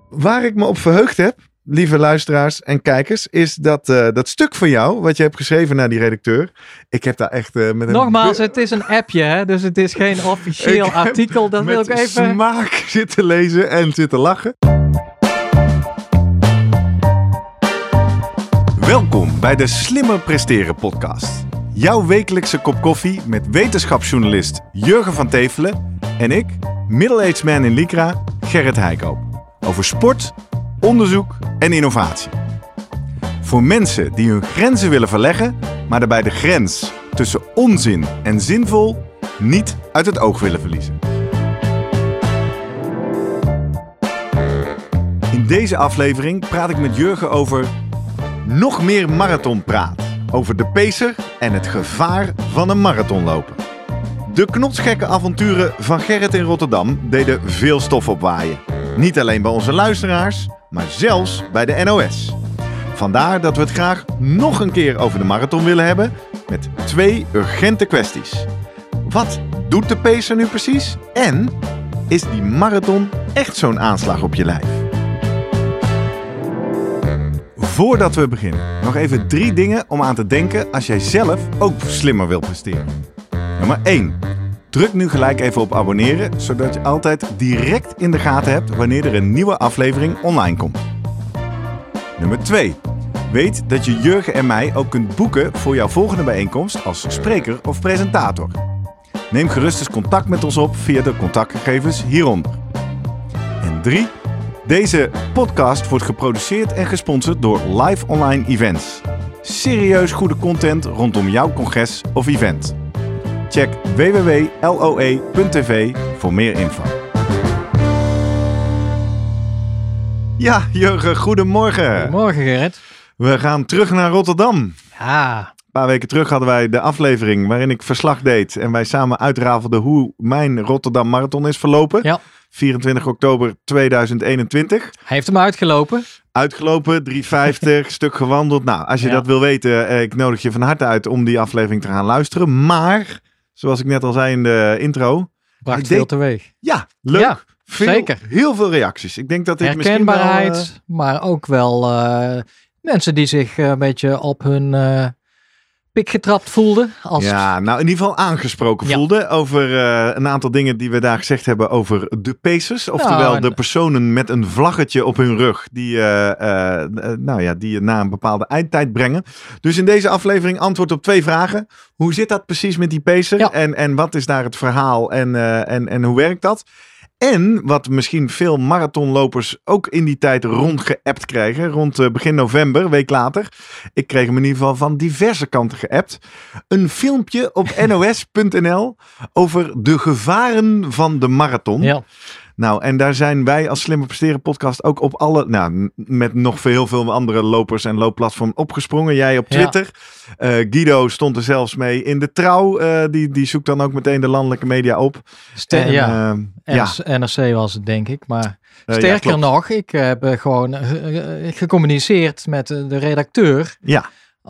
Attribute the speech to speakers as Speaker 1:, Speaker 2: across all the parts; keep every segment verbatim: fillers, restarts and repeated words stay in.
Speaker 1: Waar ik me op verheugd heb, lieve luisteraars en kijkers, is dat, uh, dat stuk van jou, wat je hebt geschreven naar die redacteur. Ik heb daar echt uh, met een...
Speaker 2: Nogmaals, het is een appje, hè? Dus het is geen officieel ik artikel. Dat wil ik even...
Speaker 1: met smaak zitten lezen en zitten lachen. Welkom bij de Slimmer Presteren podcast. Jouw wekelijkse kop koffie met wetenschapsjournalist Jurgen van Tevelen en ik, middle-aged man in Lycra, Gerrit Heikoop. Over sport, onderzoek en innovatie. Voor mensen die hun grenzen willen verleggen, maar daarbij de grens tussen onzin en zinvol niet uit het oog willen verliezen. In deze aflevering praat ik met Jurgen over nog meer marathonpraat. Over de pacer en het gevaar van een marathonloper. De knotsgekke avonturen van Gerrit in Rotterdam deden veel stof opwaaien. Niet alleen bij onze luisteraars, maar zelfs bij de N O S. Vandaar dat we het graag nog een keer over de marathon willen hebben met twee urgente kwesties. Wat doet de pacer nu precies? En is die marathon echt zo'n aanslag op je lijf? Voordat we beginnen, nog even drie dingen om aan te denken als jij zelf ook slimmer wil presteren. Nummer één. Druk nu gelijk even op abonneren, zodat je altijd direct in de gaten hebt wanneer er een nieuwe aflevering online komt. Nummer twee. Weet dat je Jurgen en mij ook kunt boeken voor jouw volgende bijeenkomst als spreker of presentator. Neem gerust eens contact met ons op via de contactgegevens hieronder. En drie. Deze podcast wordt geproduceerd en gesponsord door Live Online Events. Serieus goede content rondom jouw congres of event. Check w w w punt l o e punt t v voor meer info. Ja, Jurgen, goedemorgen.
Speaker 2: Goedemorgen, Gerrit.
Speaker 1: We gaan terug naar Rotterdam.
Speaker 2: Ja.
Speaker 1: Een paar weken terug hadden wij de aflevering waarin ik verslag deed en wij samen uitrafelden hoe mijn Rotterdam Marathon is verlopen.
Speaker 2: Ja.
Speaker 1: vierentwintig oktober tweeduizend eenentwintig.
Speaker 2: Hij heeft hem uitgelopen.
Speaker 1: Uitgelopen, drie vijftig, stuk gewandeld. Nou, als je
Speaker 2: ja.
Speaker 1: dat wil weten, eh, ik nodig je van harte uit om die aflevering te gaan luisteren. Maar, zoals ik net al zei in de intro.
Speaker 2: Bracht veel teweeg.
Speaker 1: Ja, leuk.
Speaker 2: Ja,
Speaker 1: veel,
Speaker 2: zeker.
Speaker 1: Heel veel reacties. Ik denk dat dit misschien wel...
Speaker 2: Herkenbaarheid, uh... maar ook wel uh, mensen die zich uh, een beetje op hun... Uh, pik getrapt voelde. Als...
Speaker 1: Ja, nou in ieder geval aangesproken ja. voelde over uh, een aantal dingen die we daar gezegd hebben over de pacers. Oftewel nou, en... de personen met een vlaggetje op hun rug die, uh, uh, nou ja, die je na een bepaalde eindtijd brengen. Dus in deze aflevering antwoord op twee vragen. Hoe zit dat precies met die pacer? Ja. En, en wat is daar het verhaal en, uh, en, en hoe werkt dat? En wat misschien veel marathonlopers ook in die tijd rondgeappt krijgen. Rond uh, begin november, een week later. Ik kreeg hem in ieder geval van diverse kanten geappt. Een filmpje op N O S punt N L over de gevaren van de marathon. Ja. Nou, en daar zijn wij als Slimmer Presteren podcast ook op alle, nou, met nog veel, veel andere lopers en loopplatformen opgesprongen. Jij op Twitter. Ja. Uh, Guido stond er zelfs mee in de Trouw. Uh, die, die zoekt dan ook meteen de landelijke media op.
Speaker 2: Ster- en, ja, uh, ja. N R C was het denk ik. Maar uh, sterker ja, nog, ik heb uh, gewoon uh, gecommuniceerd met uh, de redacteur.
Speaker 1: Ja.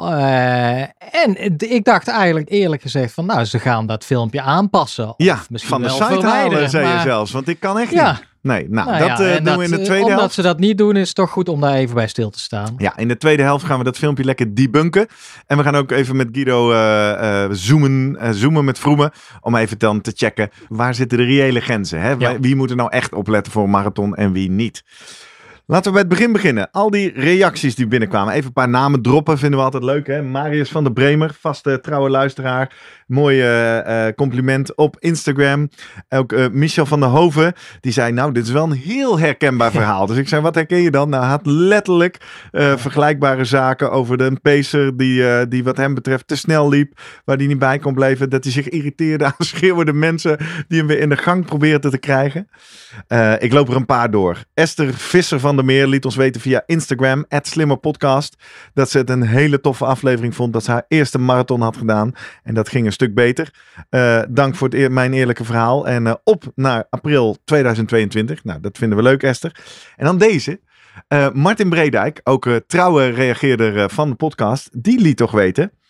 Speaker 2: Uh, en ik dacht eigenlijk eerlijk gezegd van nou, ze gaan dat filmpje aanpassen. Of
Speaker 1: ja,
Speaker 2: misschien
Speaker 1: van de
Speaker 2: wel
Speaker 1: site halen, zei
Speaker 2: maar...
Speaker 1: je zelfs. Want ik kan echt
Speaker 2: ja.
Speaker 1: niet. Nee, nou,
Speaker 2: nou
Speaker 1: dat
Speaker 2: ja,
Speaker 1: uh, doen
Speaker 2: dat,
Speaker 1: we in de tweede
Speaker 2: omdat
Speaker 1: helft.
Speaker 2: ze dat niet doen, is het toch goed om daar even bij stil te staan.
Speaker 1: Ja, in de tweede helft gaan we dat filmpje lekker debunken. En we gaan ook even met Guido uh, uh, zoomen, uh, zoomen met Vroemen. Om even dan te checken, waar zitten de reële grenzen? Hè? Ja. Wie moet er nou echt opletten voor een marathon en wie niet? Laten we bij het begin beginnen. Al die reacties die binnenkwamen. Even een paar namen droppen, vinden we altijd leuk. Hè? Marius van der Bremer, vaste trouwe luisteraar. Mooi uh, uh, compliment op Instagram. Ook uh, Michel van der Hoven, die zei, nou, dit is wel een heel herkenbaar verhaal. Dus ik zei, wat herken je dan? Nou, hij had letterlijk uh, vergelijkbare zaken over de pacer die, uh, die wat hem betreft te snel liep. Waar hij niet bij kon blijven. Dat hij zich irriteerde aan schreeuwende mensen die hem weer in de gang probeerden te krijgen. Uh, ik loop er een paar door. Esther Visser van der Meer liet ons weten via Instagram, at slimmerpodcast, dat ze het een hele toffe aflevering vond. Dat ze haar eerste marathon had gedaan. En dat ging een stuk beter. Uh, dank voor het eer, mijn eerlijke verhaal. En uh, op naar april tweeduizend tweeëntwintig. Nou, dat vinden we leuk, Esther. En dan deze. Uh, Martin Bredijk, ook uh, trouwe reageerder uh, van de podcast, die liet toch weten.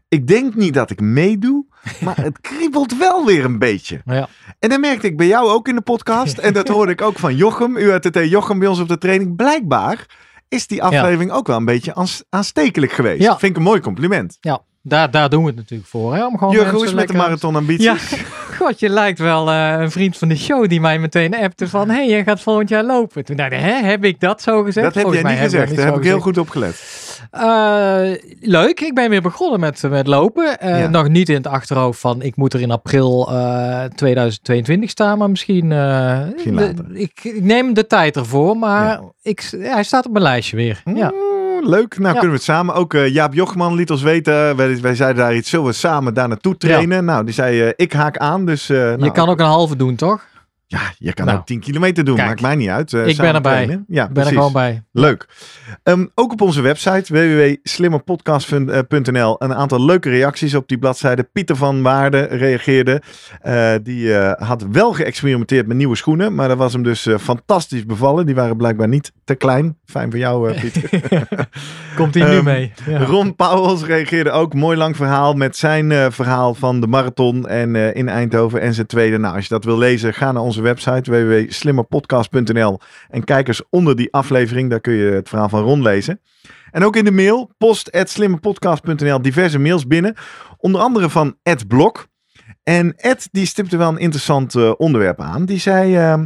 Speaker 1: ik denk niet dat ik meedoe, maar het kriebelt wel weer een beetje.
Speaker 2: Ja.
Speaker 1: En dat merkte ik bij jou ook in de podcast. En dat hoorde ik ook van Jochem, U A T T Jochem bij ons op de training. Blijkbaar is die aflevering ja. ook wel een beetje aans- aanstekelijk geweest. Ja. Vind ik een mooi compliment.
Speaker 2: Ja, daar, daar doen we het natuurlijk voor. Hè? Om gewoon
Speaker 1: Jurgen, hoe is met lekker... de marathonambities?
Speaker 2: Ja. God, je lijkt wel uh, een vriend van de show die mij meteen appte van, hé, hey, jij gaat volgend jaar lopen. Toen dacht ik, hè, heb ik dat zo gezegd?
Speaker 1: Dat heb
Speaker 2: Volgens
Speaker 1: jij niet gezegd, daar heb ik heel goed op gelet.
Speaker 2: Uh, leuk, ik ben weer begonnen met, met lopen. Uh, ja. Nog niet in het achterhoofd van, ik moet er in april uh, tweeduizend tweeëntwintig staan, maar misschien, uh, misschien de, ik, ik neem de tijd ervoor, maar ja. ik, ja, hij staat op mijn lijstje weer. Mm. Ja.
Speaker 1: Leuk, nou ja. kunnen we het samen. Ook uh, Jaap Jochman liet ons weten, wij, wij zeiden daar iets, zullen we samen daar naartoe trainen? Ja. Nou, die zei, uh, ik haak aan. Dus, uh, nou,
Speaker 2: je kan ook een halve doen, toch?
Speaker 1: Ja, je kan nou, ook tien kilometer doen, kijk, maakt mij niet uit. Uh,
Speaker 2: ik ben erbij. Ja, ik ben precies. er gewoon bij.
Speaker 1: Leuk. Um, ook op onze website w w w punt slimmerpodcast punt n l een aantal leuke reacties op die bladzijde. Pieter van Waarden reageerde. Uh, die uh, had wel geëxperimenteerd met nieuwe schoenen, maar dat was hem dus uh, fantastisch bevallen. Die waren blijkbaar niet te klein. Fijn voor jou, uh, Pieter.
Speaker 2: Komt hij nu um, mee?
Speaker 1: Ja. Ron Pauwels reageerde ook. Mooi lang verhaal met zijn uh, verhaal van de marathon en uh, in Eindhoven en zijn tweede. Nou, als je dat wil lezen, ga naar onze website w w w punt slimmerpodcast punt n l en kijk eens onder die aflevering, daar kun je het verhaal van Ron lezen. En ook in de mail, post at slimmerpodcast punt n l, diverse mails binnen, onder andere van Ed Blok. En Ed die stipte wel een interessant uh, onderwerp aan. Die zei, uh,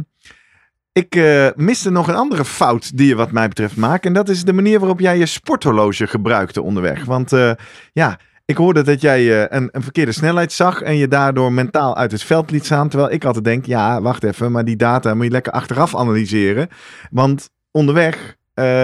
Speaker 1: ik uh, miste nog een andere fout die je wat mij betreft maakt, en dat is de manier waarop jij je sporthorloge gebruikte onderweg. Want uh, ja... Ik hoorde dat jij uh, een, een verkeerde snelheid zag en je daardoor mentaal uit het veld liet staan. Terwijl ik altijd denk, ja, wacht even, maar die data moet je lekker achteraf analyseren. Want onderweg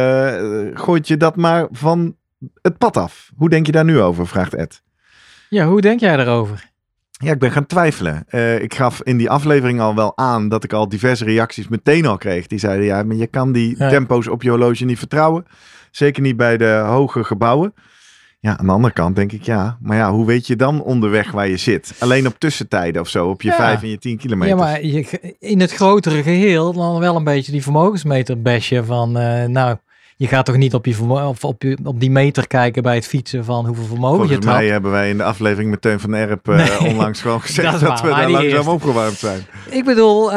Speaker 1: uh, gooit je dat maar van het pad af. Hoe denk je daar nu over, vraagt Ed.
Speaker 2: Ja, hoe denk jij daarover?
Speaker 1: Ja, ik ben gaan twijfelen. Uh, ik gaf in die aflevering al wel aan dat ik al diverse reacties meteen al kreeg. Die zeiden, ja, maar je kan die ja. tempo's op je horloge niet vertrouwen. Zeker niet bij de hoge gebouwen. Ja, aan de andere kant denk ik, ja, maar ja, hoe weet je dan onderweg waar je zit? Alleen op tussentijden of zo, op je ja. vijf en je tien kilometer.
Speaker 2: Ja, maar je, in het grotere geheel dan wel een beetje die vermogensmeter bashen van, uh, nou, je gaat toch niet op, je vermo- op, op, je, op die meter kijken bij het fietsen van hoeveel vermogen
Speaker 1: Volgens
Speaker 2: je trapt.
Speaker 1: Volgens mij hebben wij in de aflevering met Teun van Erp uh, nee, onlangs gewoon gezegd dat, dat we daar langzaam eerst. opgewarmd zijn.
Speaker 2: Ik bedoel, uh,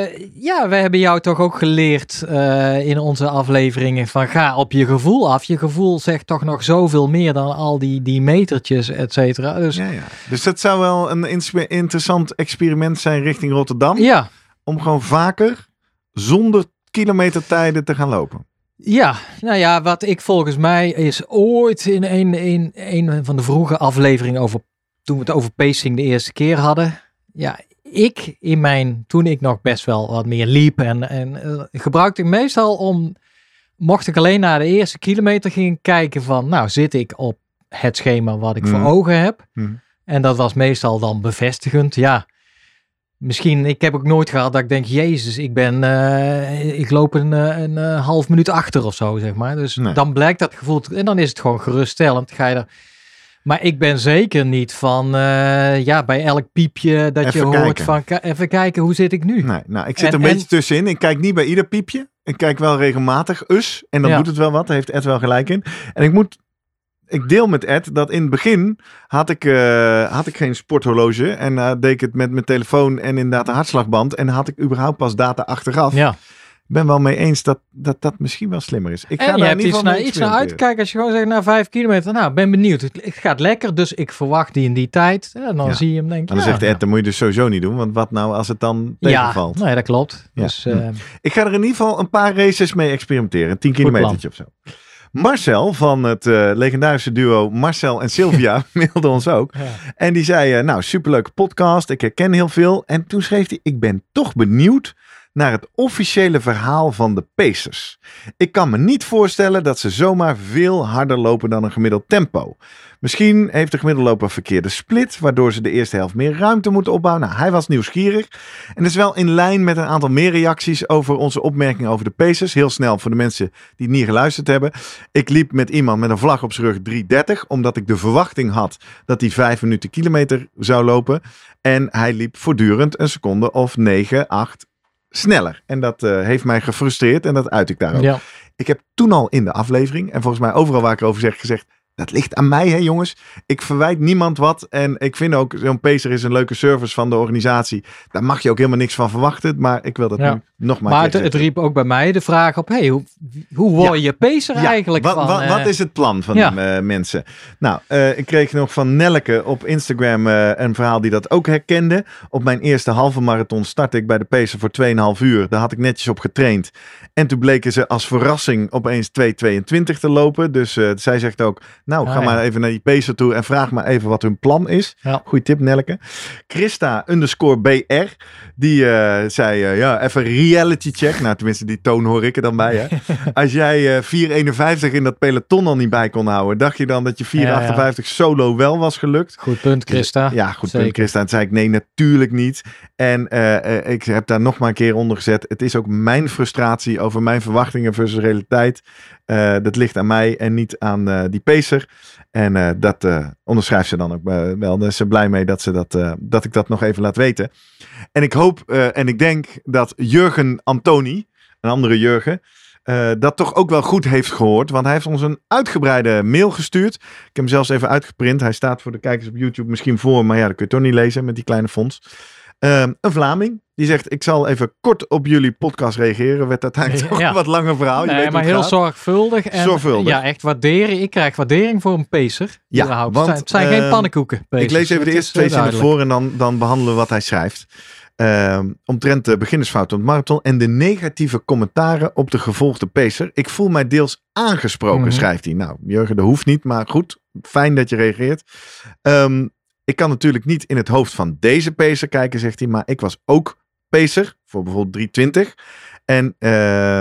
Speaker 2: ja, wij hebben jou toch ook geleerd uh, in onze afleveringen van ga op je gevoel af. Je gevoel zegt toch nog zoveel meer dan al die, die metertjes, et cetera. Dus,
Speaker 1: ja, ja. dus dat zou wel een inspe- interessant experiment zijn richting Rotterdam.
Speaker 2: Ja.
Speaker 1: Om gewoon vaker zonder kilometertijden te gaan lopen.
Speaker 2: Ja, nou ja, wat ik volgens mij is ooit in een, in een van de vroege afleveringen over, toen we het over pacing de eerste keer hadden. Ja, ik in mijn, toen ik nog best wel wat meer liep en, en uh, gebruikte ik meestal om, mocht ik alleen naar de eerste kilometer ging kijken van, nou zit ik op het schema wat ik mm. voor ogen heb. Mm. En dat was meestal dan bevestigend, ja. Misschien, ik heb ook nooit gehad dat ik denk, jezus, ik ben, uh, ik loop een, een, een half minuut achter of zo, zeg maar. Dus nee. dan blijkt dat gevoel, en dan is het gewoon geruststellend. Ga je er, maar ik ben zeker niet van, uh, ja, bij elk piepje dat even je hoort kijken. van, k- even kijken, hoe zit ik nu?
Speaker 1: Nee, nou, ik zit en, een beetje en, tussenin. Ik kijk niet bij ieder piepje. Ik kijk wel regelmatig, us, en dan ja. doet het wel wat. Daar heeft Ed wel gelijk in. En ik moet... Ik deel met Ed dat in het begin had ik, uh, had ik geen sporthorloge. En uh, deed ik het met mijn telefoon en inderdaad een hartslagband. En had ik überhaupt pas data achteraf.
Speaker 2: Ja.
Speaker 1: Ik ben wel mee eens dat dat, dat misschien wel slimmer is. Ik
Speaker 2: en
Speaker 1: ga
Speaker 2: je
Speaker 1: daar
Speaker 2: hebt
Speaker 1: in
Speaker 2: iets naar, iets naar uitkijken. Als je gewoon zegt, na vijf kilometer, nou, ben benieuwd. Het, het gaat lekker, dus ik verwacht die in die tijd. En dan ja. zie je hem, denk ik.
Speaker 1: En dan ja, zegt Ed, ja. dan moet je dus sowieso niet doen. Want wat nou als het dan tegenvalt?
Speaker 2: Ja, nee, dat klopt. Ja. Dus, uh,
Speaker 1: ik ga er in ieder geval een paar races mee experimenteren. Tien kilometertje of zo. Marcel van het uh, legendarische duo Marcel en Sylvia mailde ons ook. Ja. En die zei, uh, nou, superleuke podcast. Ik herken heel veel. En toen schreef hij, ik ben toch benieuwd naar het officiële verhaal van de Pacers. Ik kan me niet voorstellen dat ze zomaar veel harder lopen dan een gemiddeld tempo. Misschien heeft de gemiddelde loper een verkeerde split, waardoor ze de eerste helft meer ruimte moeten opbouwen. Nou, hij was nieuwsgierig. En dat is wel in lijn met een aantal meer reacties over onze opmerking over de Pacers. Heel snel voor de mensen die het niet geluisterd hebben. Ik liep met iemand met een vlag op zijn rug drie dertig, omdat ik de verwachting had dat hij vijf minuten kilometer zou lopen. En hij liep voortdurend een seconde of negen, acht sneller. En dat uh, heeft mij gefrustreerd en dat uit ik daar ook. Ja. Ik heb toen al in de aflevering, en volgens mij overal waar ik over zeg, gezegd, Dat ligt aan mij, hè jongens. Ik verwijt niemand wat. En ik vind ook, zo'n Pacer is een leuke service van de organisatie. Daar mag je ook helemaal niks van verwachten. Maar ik wil dat ja. nu nog maar
Speaker 2: Maar het, het riep ook bij mij de vraag op, hey, hoe, hoe word je ja. Pacer ja. eigenlijk
Speaker 1: wat,
Speaker 2: van?
Speaker 1: Wat,
Speaker 2: uh...
Speaker 1: wat is het plan van ja. die uh, mensen? Nou, uh, ik kreeg nog van Nelleke op Instagram uh, een verhaal die dat ook herkende. Op mijn eerste halve marathon startte ik bij de Pacer voor twee komma vijf uur. Daar had ik netjes op getraind. En toen bleken ze als verrassing opeens twee tweeëntwintig te lopen. Dus uh, zij zegt ook, nou ga ah, maar ja. even naar die Pacer toe en vraag maar even wat hun plan is. Ja. Goeie tip, Nelleke. Christa underscore B R, die uh, zei, uh, ja, even reality check. Nou, tenminste, die toon hoor ik er dan bij. Hè? Als jij uh, vier eenenvijftig in dat peloton al niet bij kon houden, dacht je dan dat je vier achtenvijftig ja, ja. solo wel was gelukt?
Speaker 2: Goed punt, Christa.
Speaker 1: Dus, ja, goed
Speaker 2: Zeker.
Speaker 1: punt, Christa. En toen zei ik, nee, natuurlijk niet. En uh, uh, ik heb daar nog maar een keer onder gezet. Het is ook mijn frustratie over mijn verwachtingen versus realiteit. Uh, dat ligt aan mij en niet aan uh, die Pacer. En uh, dat uh, onderschrijft ze dan ook uh, wel. Daar is ze blij mee dat, ze dat, uh, dat ik dat nog even laat weten. En ik hoop uh, en ik denk dat Jurgen Antoni, een andere Jurgen, uh, dat toch ook wel goed heeft gehoord. Want hij heeft ons een uitgebreide mail gestuurd. Ik heb hem zelfs even uitgeprint. Hij staat voor de kijkers op YouTube misschien voor. Maar ja, dat kun je toch niet lezen met die kleine fonts. Uh, een Vlaming. Die zegt, ik zal even kort op jullie podcast reageren. Werd uiteindelijk toch ja. een wat langer verhaal.
Speaker 2: Nee,
Speaker 1: je weet
Speaker 2: maar heel
Speaker 1: gaat.
Speaker 2: zorgvuldig. En
Speaker 1: zorgvuldig.
Speaker 2: Ja, echt waarderen. Ik krijg waardering voor een Pacer.
Speaker 1: Ja, want,
Speaker 2: het zijn, het zijn uh, geen pannenkoeken. Pacers.
Speaker 1: Ik lees even de eerste twee zinnen voor en dan, dan behandelen we wat hij schrijft. Uh, omtrent de beginnersfouten op het marathon en de negatieve commentaren op de gevolgde Pacer. Ik voel mij deels aangesproken, mm-hmm. schrijft hij. Nou, Jurgen, dat hoeft niet, maar goed. Fijn dat je reageert. Um, ik kan natuurlijk niet in het hoofd van deze Pacer kijken, zegt hij, maar ik was ook Pacer voor bijvoorbeeld driehonderdtwintig. En, uh,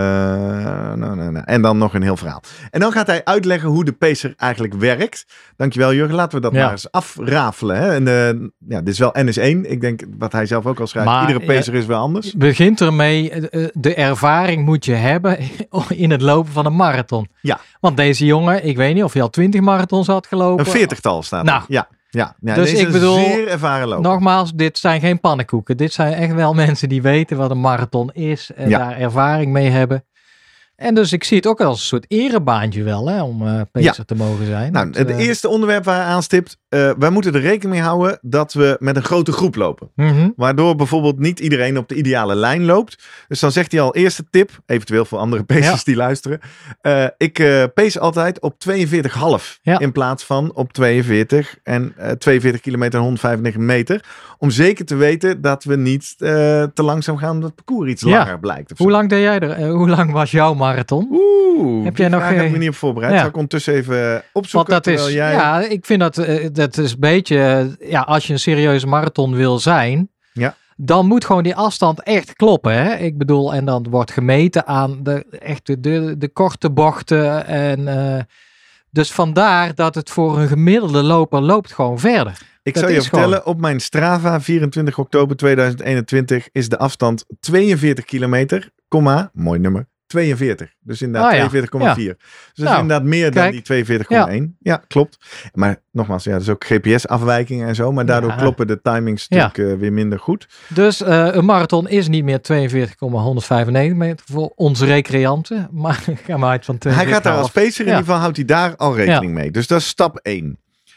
Speaker 1: nou, nou, nou, en dan nog een heel verhaal. En dan gaat hij uitleggen hoe de Pacer eigenlijk werkt. Dankjewel, Jurgen. Laten we dat ja. maar eens afrafelen. Hè? En, uh, ja, dit is wel N S één. Ik denk wat hij zelf ook al schrijft. Maar, iedere Pacer ja, is wel anders.
Speaker 2: Begint ermee, de ervaring moet je hebben in het lopen van een marathon.
Speaker 1: Ja.
Speaker 2: Want deze jongen, ik weet niet of hij al twintig marathons had gelopen.
Speaker 1: Een veertigtal staat er.
Speaker 2: Nou,
Speaker 1: ja. Ja, ja,
Speaker 2: dus ik bedoel,
Speaker 1: zeer ervaren loper.
Speaker 2: Nogmaals, dit zijn geen pannenkoeken. Dit zijn echt wel mensen die weten wat een marathon is en ja. daar ervaring mee hebben. En dus ik zie het ook als een soort erebaantje wel, hè, om uh, Pacer ja. te mogen zijn.
Speaker 1: Nou,
Speaker 2: dat,
Speaker 1: het uh, eerste onderwerp waar hij aanstipt, uh, wij moeten er rekening mee houden dat we met een grote groep lopen.
Speaker 2: Mm-hmm.
Speaker 1: Waardoor bijvoorbeeld niet iedereen op de ideale lijn loopt. Dus dan zegt hij al, eerste tip, eventueel voor andere Pacers ja. die luisteren. Uh, ik uh, pace altijd op tweeënveertig komma vijf ja. in plaats van op tweeënveertig en uh, tweeënveertig kilometer en honderdvijfennegentig meter. Om zeker te weten dat we niet uh, te langzaam gaan, omdat het parcours iets ja. langer blijkt.
Speaker 2: Hoe lang deed jij er? Uh, hoe lang was jouw marathon?
Speaker 1: Oeh,
Speaker 2: heb jij nog?
Speaker 1: Daar heb ik me niet op voorbereid. Ja. Zal ik ondertussen even opzoeken?
Speaker 2: Want dat is,
Speaker 1: jij...
Speaker 2: ja, ik vind dat, uh, dat is een beetje, uh, ja, als je een serieuze marathon wil zijn,
Speaker 1: ja.
Speaker 2: dan moet gewoon die afstand echt kloppen. Hè? Ik bedoel, en dan wordt gemeten aan de, echt de, de, de korte bochten. En, uh, dus vandaar dat het voor een gemiddelde loper loopt gewoon verder.
Speaker 1: Ik
Speaker 2: dat
Speaker 1: zou je vertellen,
Speaker 2: gewoon...
Speaker 1: op mijn Strava vierentwintig oktober tweeduizend eenentwintig is de afstand tweeënveertig kilometer, komma, mooi nummer, tweeënveertig. Dus inderdaad oh, ja. tweeënveertig komma vier. Ja. Dus dat nou, is inderdaad meer kijk. dan die tweeënveertig komma één. Ja. ja, klopt. Maar nogmaals, ja, dat is ook G P S-afwijkingen en zo. Maar daardoor ja. kloppen de timings natuurlijk ja. uh, weer minder goed.
Speaker 2: Dus uh, een marathon is niet meer tweeënveertig komma honderdvijfennegentig meter voor onze recreanten. Maar ga maar uit van tweeënveertig.
Speaker 1: Hij gaat daar als pacer, in ja. ieder geval houdt hij daar al rekening ja. mee. Dus dat is stap één.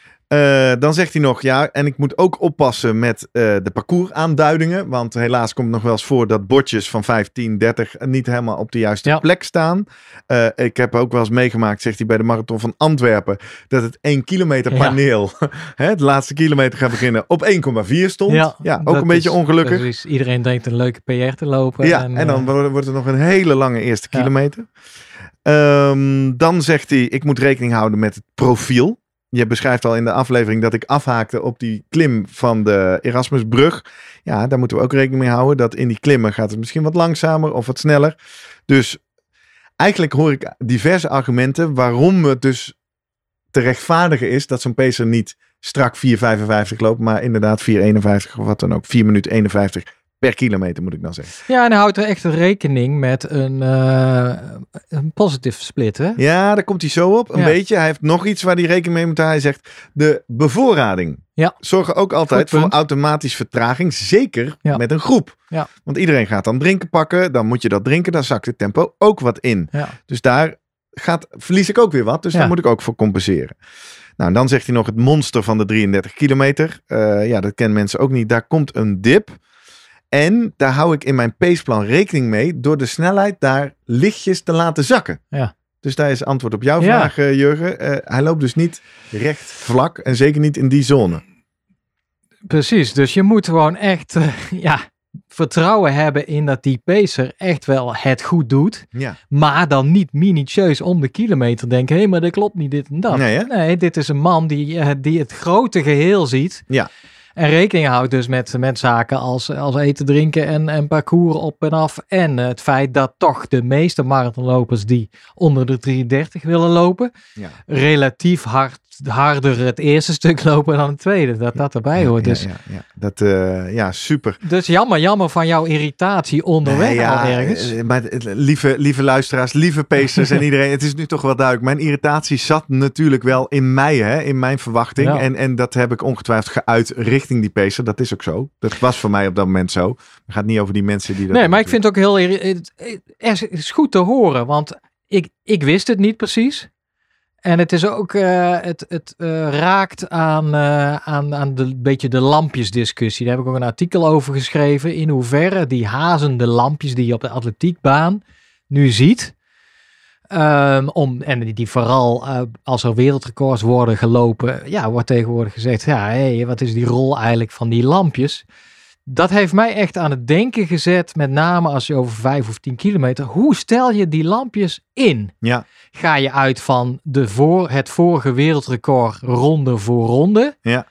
Speaker 1: Uh, dan zegt hij nog, ja, en ik moet ook oppassen met uh, de parcoursaanduidingen. Want helaas komt het nog wel eens voor dat bordjes van vijf, tien, dertig niet helemaal op de juiste ja. plek staan. Uh, ik heb ook wel eens meegemaakt, zegt hij bij de marathon van Antwerpen, dat het één kilometer paneel, ja. hè, de laatste kilometer gaat beginnen, op één komma vier stond. Ja, ja ook een beetje is, ongelukkig.
Speaker 2: Precies. Iedereen denkt een leuke P R te lopen.
Speaker 1: Ja,
Speaker 2: en,
Speaker 1: en dan uh, wordt het nog een hele lange eerste ja. kilometer. Um, dan zegt hij, ik moet rekening houden met het profiel. Je beschrijft al in de aflevering dat ik afhaakte op die klim van de Erasmusbrug. Ja, daar moeten we ook rekening mee houden. Dat in die klimmen gaat het misschien wat langzamer of wat sneller. Dus eigenlijk hoor ik diverse argumenten waarom het dus te rechtvaardigen is dat zo'n pacer niet strak vier vijfenvijftig loopt, maar inderdaad vier eenenvijftig of wat dan ook. vier minuten eenenvijftig per kilometer moet ik dan zeggen.
Speaker 2: Ja, en hij houdt er echt rekening met een, uh, een positive split, hè?
Speaker 1: Ja, daar komt hij zo op. Een ja. beetje. Hij heeft nog iets waar hij rekening mee moet houden. Hij zegt, de bevoorrading.
Speaker 2: Ja.
Speaker 1: Zorgen ook altijd voor automatisch vertraging. Zeker ja. met een groep.
Speaker 2: Ja.
Speaker 1: Want iedereen gaat dan drinken pakken. Dan moet je dat drinken. Dan zakt het tempo ook wat in.
Speaker 2: Ja.
Speaker 1: Dus daar gaat, verlies ik ook weer wat. Dus ja. daar moet ik ook voor compenseren. Nou, dan zegt hij nog het monster van de drieëndertig kilometer. Uh, ja, dat kennen mensen ook niet. Daar komt een dip. En daar hou ik in mijn paceplan rekening mee door de snelheid daar lichtjes te laten zakken.
Speaker 2: Ja.
Speaker 1: Dus daar is antwoord op jouw ja. vraag, uh, Jurgen. Uh, hij loopt dus niet recht vlak en zeker niet in die zone.
Speaker 2: Precies, dus je moet gewoon echt uh, ja, vertrouwen hebben in dat die pacer echt wel het goed doet.
Speaker 1: Ja.
Speaker 2: Maar dan niet minutieus om de kilometer denken, hé, hey, maar dat klopt niet dit en dat.
Speaker 1: Nee,
Speaker 2: nee dit is een man die, uh, die het grote geheel ziet.
Speaker 1: Ja.
Speaker 2: En rekening houdt dus met, met zaken als, als eten, drinken en, en parcours op en af. En het feit dat toch de meeste marathonlopers die onder de drieëndertig willen lopen,
Speaker 1: ja.
Speaker 2: relatief hard, harder het eerste stuk lopen dan het tweede. Dat dat erbij
Speaker 1: ja,
Speaker 2: hoort.
Speaker 1: Ja,
Speaker 2: dus,
Speaker 1: ja, ja. Dat, uh, ja, super.
Speaker 2: Dus jammer, jammer van jouw irritatie onderweg nee, ja, al ergens.
Speaker 1: Maar lieve, lieve luisteraars, lieve pacers en iedereen. Het is nu toch wel duidelijk. Mijn irritatie zat natuurlijk wel in mij, hè, in mijn verwachting. Ja. En, en dat heb ik ongetwijfeld geuit richting die pacer. Dat is ook zo. Dat was voor mij op dat moment zo. Het gaat niet over die mensen die dat...
Speaker 2: Nee, maar ik vind het ook heel... Het is goed te horen, want ik, ik wist het niet precies. En het is ook, uh, het, het uh, raakt aan, uh, aan, aan de beetje de lampjesdiscussie. Daar heb ik ook een artikel over geschreven. In hoeverre die hazende lampjes die je op de atletiekbaan nu ziet. Um, om, en die, die vooral uh, als er wereldrecords worden gelopen. Ja, wordt tegenwoordig gezegd. Ja, hey, wat is die rol eigenlijk van die lampjes? Dat heeft mij echt aan het denken gezet. Met name als je over vijf of tien kilometer. Hoe stel je die lampjes in?
Speaker 1: Ja.
Speaker 2: Ga je uit van de voor, het vorige wereldrecord ronde voor ronde?
Speaker 1: Ja.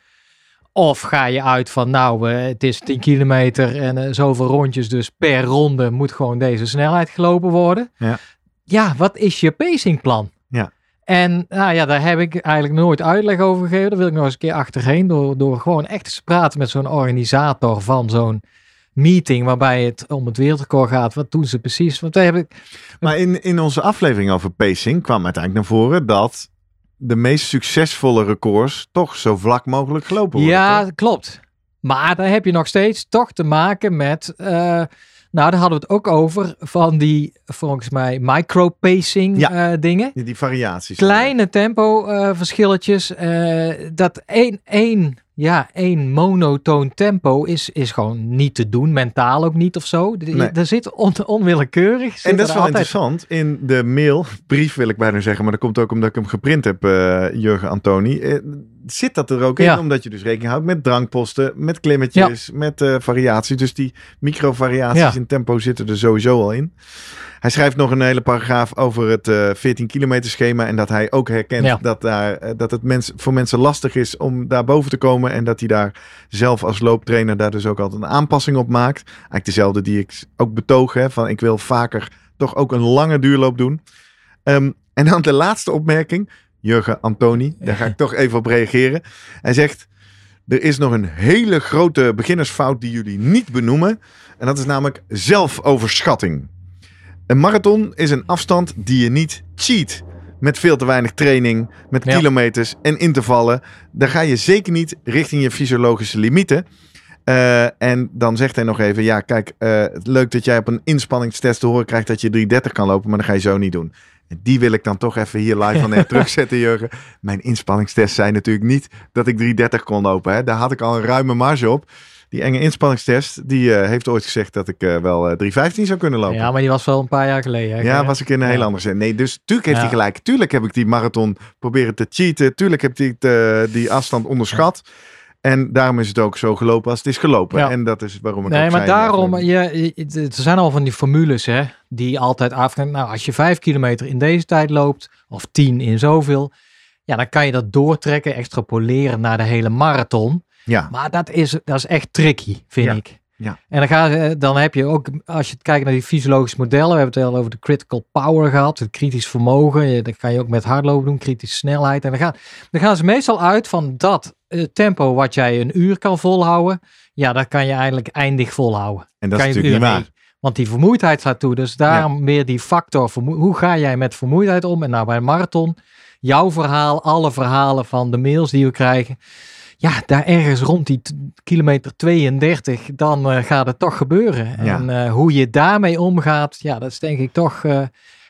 Speaker 2: Of ga je uit van nou, uh, het is tien kilometer en uh, zoveel rondjes. Dus per ronde moet gewoon deze snelheid gelopen worden.
Speaker 1: Ja.
Speaker 2: Ja, wat is je pacingplan?
Speaker 1: Ja.
Speaker 2: En nou ja, daar heb ik eigenlijk nooit uitleg over gegeven. Daar wil ik nog eens een keer achterheen. Door, door gewoon echt eens te praten met zo'n organisator van zo'n meeting. Waarbij het om het wereldrecord gaat. Wat doen ze precies? Want wij hebben...
Speaker 1: Maar in, in onze aflevering over pacing kwam uiteindelijk naar voren dat de meest succesvolle records toch zo vlak mogelijk gelopen worden.
Speaker 2: Ja,
Speaker 1: toch?
Speaker 2: Klopt. Maar daar heb je nog steeds toch te maken met... Uh, Nou, daar hadden we het ook over van die, volgens mij, micro-pacing
Speaker 1: ja,
Speaker 2: uh, dingen.
Speaker 1: Die, die variaties.
Speaker 2: Kleine tempo uh, verschilletjes. Uh, dat één, één, ja, één monotoon tempo is, is gewoon niet te doen. Mentaal ook niet of zo.
Speaker 1: Nee.
Speaker 2: Er zit on, onwillekeurig. Zit
Speaker 1: en dat is wel
Speaker 2: altijd...
Speaker 1: interessant. In de mail, brief wil ik bijna zeggen, maar dat komt ook omdat ik hem geprint heb, uh, Jurgen Antoni. Uh, zit dat er ook in,
Speaker 2: ja.
Speaker 1: omdat je dus rekening houdt met drankposten, met klimmetjes, ja. met uh, variaties. Dus die micro-variaties ja. in tempo zitten er sowieso al in. Hij schrijft nog een hele paragraaf over het uh, veertien kilometer schema en dat hij ook herkent ja. dat, daar, uh, dat het mens, voor mensen lastig is om daar boven te komen en dat hij daar zelf als looptrainer daar dus ook altijd een aanpassing op maakt. Eigenlijk dezelfde die ik ook betoog, hè, van ik wil vaker toch ook een lange duurloop doen. Um, en dan de laatste opmerking. Jurgen Antoni, daar ga ik toch even op reageren. Hij zegt, er is nog een hele grote beginnersfout die jullie niet benoemen. En dat is namelijk zelfoverschatting. Een marathon is een afstand die je niet cheat. Met veel te weinig training, met ja. kilometers en intervallen. Daar ga je zeker niet richting je fysiologische limieten. Uh, en dan zegt hij nog even, ja kijk, uh, leuk dat jij op een inspanningstest te horen krijgt dat je drie dertig kan lopen, maar dat ga je zo niet doen. En die wil ik dan toch even hier live van net terugzetten, Jurgen. Mijn inspanningstest zei natuurlijk niet dat ik drie dertig kon lopen. Hè. Daar had ik al een ruime marge op. Die enge inspanningstest, die uh, heeft ooit gezegd dat ik uh, wel uh, drie vijftien zou kunnen lopen.
Speaker 2: Ja, maar die was wel een paar jaar geleden. Hè?
Speaker 1: Ja, was ik in een ja. heel andere zin. Nee, dus tuurlijk heeft ja. hij gelijk. Tuurlijk heb ik die marathon proberen te cheaten. Tuurlijk heb ik uh, die afstand onderschat. Ja. En daarom is het ook zo gelopen als het is gelopen. Ja. En dat is waarom ik
Speaker 2: nee,
Speaker 1: ook
Speaker 2: maar
Speaker 1: zei,
Speaker 2: daarom, je, je, er zijn al van die formules, hè, die altijd afgaan. Nou, als je vijf kilometer in deze tijd loopt, of tien in zoveel, ja, dan kan je dat doortrekken, extrapoleren naar de hele marathon.
Speaker 1: Ja.
Speaker 2: Maar dat is, dat is echt tricky, vind
Speaker 1: ja.
Speaker 2: ik.
Speaker 1: Ja.
Speaker 2: En dan, ga, dan heb je ook, als je kijkt naar die fysiologische modellen, we hebben het al over de critical power gehad, het kritisch vermogen, dat kan je ook met hardlopen doen, kritische snelheid. En dan gaan, dan gaan ze meestal uit van dat uh, tempo wat jij een uur kan volhouden, ja, dat kan je eigenlijk eindig volhouden.
Speaker 1: En dat
Speaker 2: kan
Speaker 1: is
Speaker 2: je
Speaker 1: natuurlijk niet waar.
Speaker 2: Nee. Want die vermoeidheid staat toe, dus daarom ja. meer die factor, vermoe- hoe ga jij met vermoeidheid om? En nou bij een marathon, jouw verhaal, alle verhalen van de mails die we krijgen, ja, daar ergens rond die t- kilometer tweeëndertig, dan uh, gaat het toch gebeuren. Ja. En uh, hoe je daarmee omgaat, ja, dat is denk ik toch uh,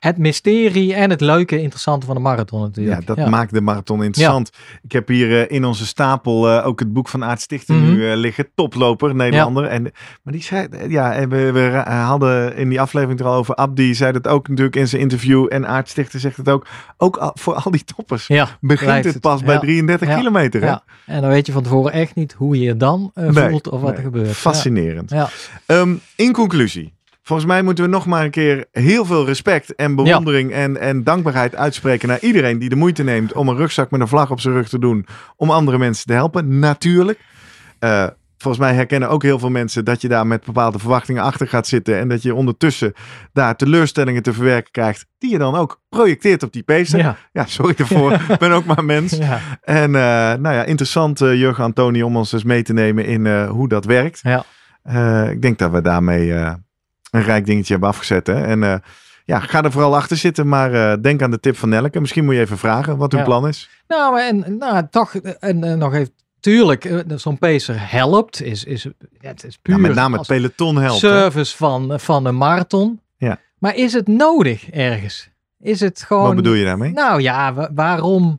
Speaker 2: het mysterie en het leuke, interessante van de marathon natuurlijk.
Speaker 1: Ja, dat
Speaker 2: ja.
Speaker 1: maakt de marathon interessant. Ja. Ik heb hier uh, in onze stapel uh, ook het boek van Aart Stichter mm-hmm. nu uh, liggen. Toploper, Nederlander. Ja. En, maar die zei, ja, en we, we hadden in die aflevering er al over. Abdi zei dat ook natuurlijk in zijn interview. En Aart Stichter zegt het ook. Ook al, voor al die toppers ja, begint het pas het. bij ja. drieëndertig ja. kilometer. Hè?
Speaker 2: Ja. En dan weet je van tevoren echt niet hoe je je dan uh, nee, voelt of wat nee. er gebeurt.
Speaker 1: Fascinerend.
Speaker 2: Ja.
Speaker 1: Um, in conclusie. Volgens mij moeten we nog maar een keer heel veel respect en bewondering ja. en, en dankbaarheid uitspreken naar iedereen die de moeite neemt om een rugzak met een vlag op zijn rug te doen om andere mensen te helpen. Natuurlijk. Uh, volgens mij herkennen ook heel veel mensen dat je daar met bepaalde verwachtingen achter gaat zitten en dat je ondertussen daar teleurstellingen te verwerken krijgt die je dan ook projecteert op die pacer. Ja, ja sorry ervoor. Ik ben ook maar mens. Ja. En uh, nou ja, interessant uh, Jurgen Antoni om ons dus mee te nemen in uh, hoe dat werkt. Ja. Uh, ik denk dat we daarmee uh, een rijk dingetje hebben afgezet. Hè? En uh, ja, ga er vooral achter zitten, maar uh, denk aan de tip van Nelleke. Misschien moet je even vragen wat hun ja. plan is.
Speaker 2: Nou, en nou, toch en, en nog even, tuurlijk, uh, zo'n pacer helpt. Is, is, ja, het is puur
Speaker 1: ja, met name het peloton helpt.
Speaker 2: Service van, van een marathon.
Speaker 1: Ja.
Speaker 2: Maar is het nodig ergens? Is het gewoon...
Speaker 1: Wat bedoel je daarmee?
Speaker 2: Nou ja, wa- waarom...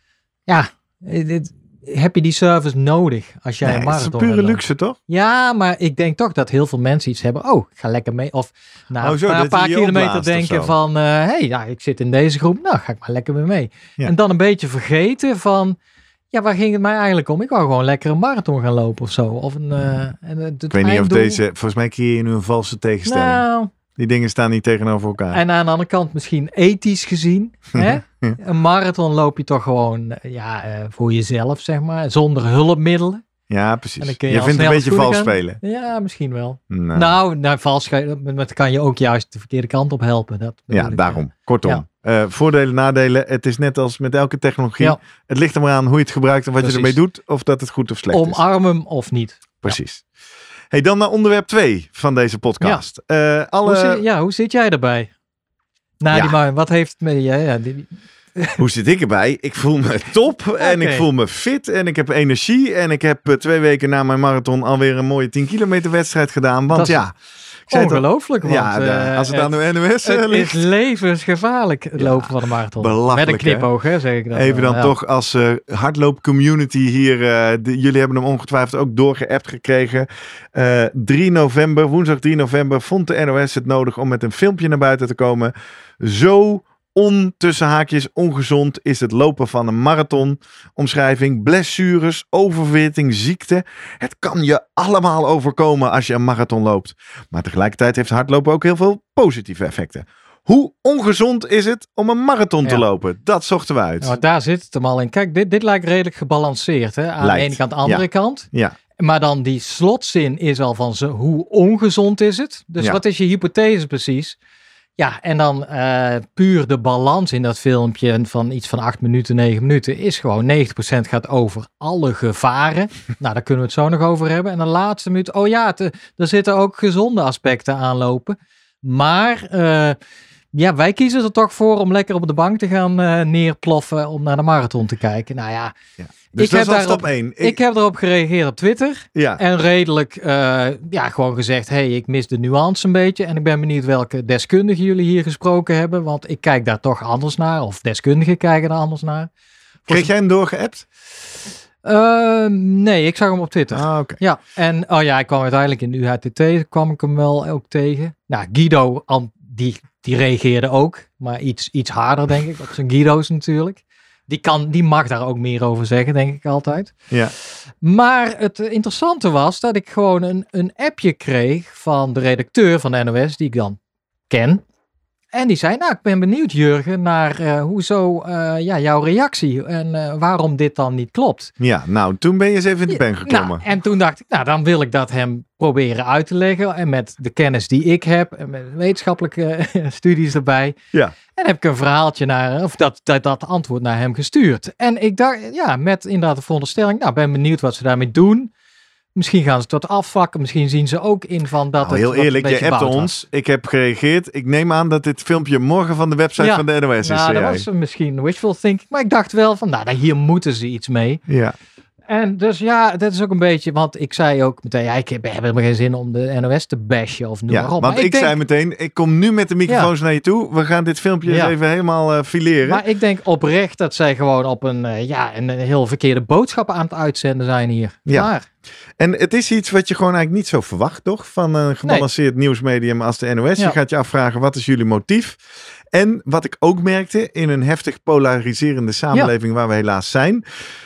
Speaker 2: Ja, dit... heb je die service nodig als jij nee, een marathon
Speaker 1: het is een pure luxe, toch?
Speaker 2: Ja, maar ik denk toch dat heel veel mensen iets hebben. Oh, ik ga lekker mee. Of na
Speaker 1: oh, zo,
Speaker 2: een paar kilometer denken van... Hé, uh, hey, ja, ik zit in deze groep. Nou, ga ik maar lekker mee mee. Ja. En dan een beetje vergeten van... Ja, waar ging het mij eigenlijk om? Ik wou gewoon lekker een marathon gaan lopen of zo. Of een, uh, en het
Speaker 1: ik weet niet of deze... Volgens mij creëer je nu een valse tegenstelling. Nou... Die dingen staan niet tegenover elkaar.
Speaker 2: En aan de andere kant misschien ethisch gezien. Hè? Een marathon loop je toch gewoon ja, uh, voor jezelf, zeg maar. Zonder hulpmiddelen.
Speaker 1: Ja, precies. Je, je vindt het een beetje vals gaan. spelen.
Speaker 2: Ja, misschien wel. Nou, nou, nou vals dat kan je ook juist de verkeerde kant op helpen. Dat
Speaker 1: ja, ik, daarom. Kortom. Ja. Uh, voordelen, nadelen. Het is net als met elke technologie. Ja. Het ligt er maar aan hoe je het gebruikt en wat precies. je ermee doet. Of dat het goed of slecht
Speaker 2: Omarm
Speaker 1: is.
Speaker 2: Omarm hem of niet.
Speaker 1: Precies. Ja. Hey, dan naar onderwerp twee van deze podcast. Ja, uh, alle...
Speaker 2: hoe, zit, ja hoe zit jij erbij? Nou, ja. die man, wat heeft het met... Ja, ja, die...
Speaker 1: Hoe zit ik erbij? Ik voel me top en okay. ik voel me fit en ik heb energie. En ik heb uh, twee weken na mijn marathon alweer een mooie tien kilometer wedstrijd gedaan. Want is... ja...
Speaker 2: Ongelooflijk, want
Speaker 1: ja, de, als het uh, aan de N O S
Speaker 2: het
Speaker 1: ligt.
Speaker 2: is levensgevaarlijk het lopen ja, van de marathon.
Speaker 1: Belachelijk,
Speaker 2: met een knipoog, hè, zeg ik dan.
Speaker 1: Even dan ja. toch als uh, hardloopcommunity hier. Uh, de, jullie hebben hem ongetwijfeld ook doorgeappt gekregen. Uh, drie november, woensdag drie november, vond de N O S het nodig om met een filmpje naar buiten te komen. Zo on, tussen haakjes, ongezond is het lopen van een marathon. Omschrijving, blessures, oververhitting, ziekte. Het kan je allemaal overkomen als je een marathon loopt. Maar tegelijkertijd heeft hardlopen ook heel veel positieve effecten. Hoe ongezond is het om een marathon ja. te lopen? Dat zochten we uit.
Speaker 2: Nou, daar zit het hem al in. Kijk, dit, dit lijkt redelijk gebalanceerd. Hè? Aan lijkt. de ene kant, aan de andere
Speaker 1: ja.
Speaker 2: kant.
Speaker 1: Ja.
Speaker 2: Maar dan die slotzin is al van ze, hoe ongezond is het? Dus ja. wat is je hypothese precies? Ja, en dan uh, puur de balans in dat filmpje van iets van acht minuten, negen minuten is gewoon negentig procent gaat over alle gevaren. Nou, daar kunnen we het zo nog over hebben. En de laatste minuut, oh ja, te, er zitten ook gezonde aspecten aan lopen. Maar uh, ja, wij kiezen er toch voor om lekker op de bank te gaan uh, neerploffen om naar de marathon te kijken. Nou ja,
Speaker 1: ja. Dus ik,
Speaker 2: dat
Speaker 1: heb
Speaker 2: is al
Speaker 1: stap
Speaker 2: op,
Speaker 1: één. Ik...
Speaker 2: ik heb erop gereageerd op Twitter.
Speaker 1: Ja.
Speaker 2: En redelijk, uh, ja, gewoon gezegd, hey, ik mis de nuance een beetje. En ik ben benieuwd welke deskundigen jullie hier gesproken hebben. Want ik kijk daar toch anders naar. Of deskundigen kijken er anders naar.
Speaker 1: Kreeg jij hem doorgeappt?
Speaker 2: Uh, nee, ik zag hem op Twitter.
Speaker 1: Ah, okay.
Speaker 2: Ja, en oh ja, ik kwam uiteindelijk in de U H T T, kwam ik hem wel ook tegen. Nou, Guido, die, die reageerde ook. Maar iets, iets harder, denk ik, op zijn Guido's natuurlijk. Die, kan, die mag daar ook meer over zeggen, denk ik altijd.
Speaker 1: Ja.
Speaker 2: Maar het interessante was dat ik gewoon een, een appje kreeg van de redacteur van de N O S, die ik dan ken. En die zei, nou, ik ben benieuwd, Jurgen, naar uh, hoezo uh, ja, jouw reactie en uh, waarom dit dan niet klopt.
Speaker 1: Ja, nou, toen ben je eens even in de pen gekomen.
Speaker 2: Nou, en toen dacht ik, nou, dan wil ik dat hem proberen uit te leggen. En met de kennis die ik heb, en met wetenschappelijke studies erbij.
Speaker 1: Ja.
Speaker 2: En heb ik een verhaaltje naar, of dat, dat, dat antwoord naar hem gestuurd. En ik dacht, ja, met inderdaad de veronderstelling, nou, ben benieuwd wat ze daarmee doen. Misschien gaan ze het wat afvakken. Misschien zien ze ook in van dat
Speaker 1: nou,
Speaker 2: het
Speaker 1: heel eerlijk,
Speaker 2: je
Speaker 1: appte ons. Ik heb gereageerd. Ik neem aan dat dit filmpje morgen van de website ja, van de N O S is.
Speaker 2: Nou, dat was misschien wishful thinking. Maar ik dacht wel van, nou, hier moeten ze iets mee.
Speaker 1: Ja.
Speaker 2: En dus ja, dat is ook een beetje, want ik zei ook meteen, ja, ik heb helemaal geen zin om de N O S te bashen of noem
Speaker 1: ja,
Speaker 2: maar op.
Speaker 1: Want
Speaker 2: maar
Speaker 1: ik,
Speaker 2: ik denk,
Speaker 1: zei meteen, ik kom nu met de microfoons ja. naar je toe. We gaan dit filmpje ja. eens even helemaal uh, fileren.
Speaker 2: Maar ik denk oprecht dat zij gewoon op een, uh, ja, een heel verkeerde boodschap aan het uitzenden zijn hier.
Speaker 1: Ja.
Speaker 2: Klaar.
Speaker 1: En het is iets wat je gewoon eigenlijk niet zo verwacht, toch? Van een gebalanceerd nee. nieuwsmedium als de N O S. Ja. Je gaat je afvragen, wat is jullie motief? En wat ik ook merkte in een heftig polariserende samenleving ja. waar we helaas zijn,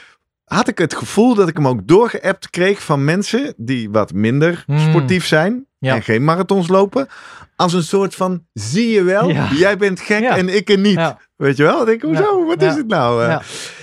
Speaker 1: had ik het gevoel dat ik hem ook doorgeappt kreeg van mensen die wat minder hmm. sportief zijn ja. en geen marathons lopen. Als een soort van, zie je wel, ja. jij bent gek ja. en ik er niet. Ja. Weet je wel? Ik denk, hoezo? Ja. Wat ja. is het nou? Ja.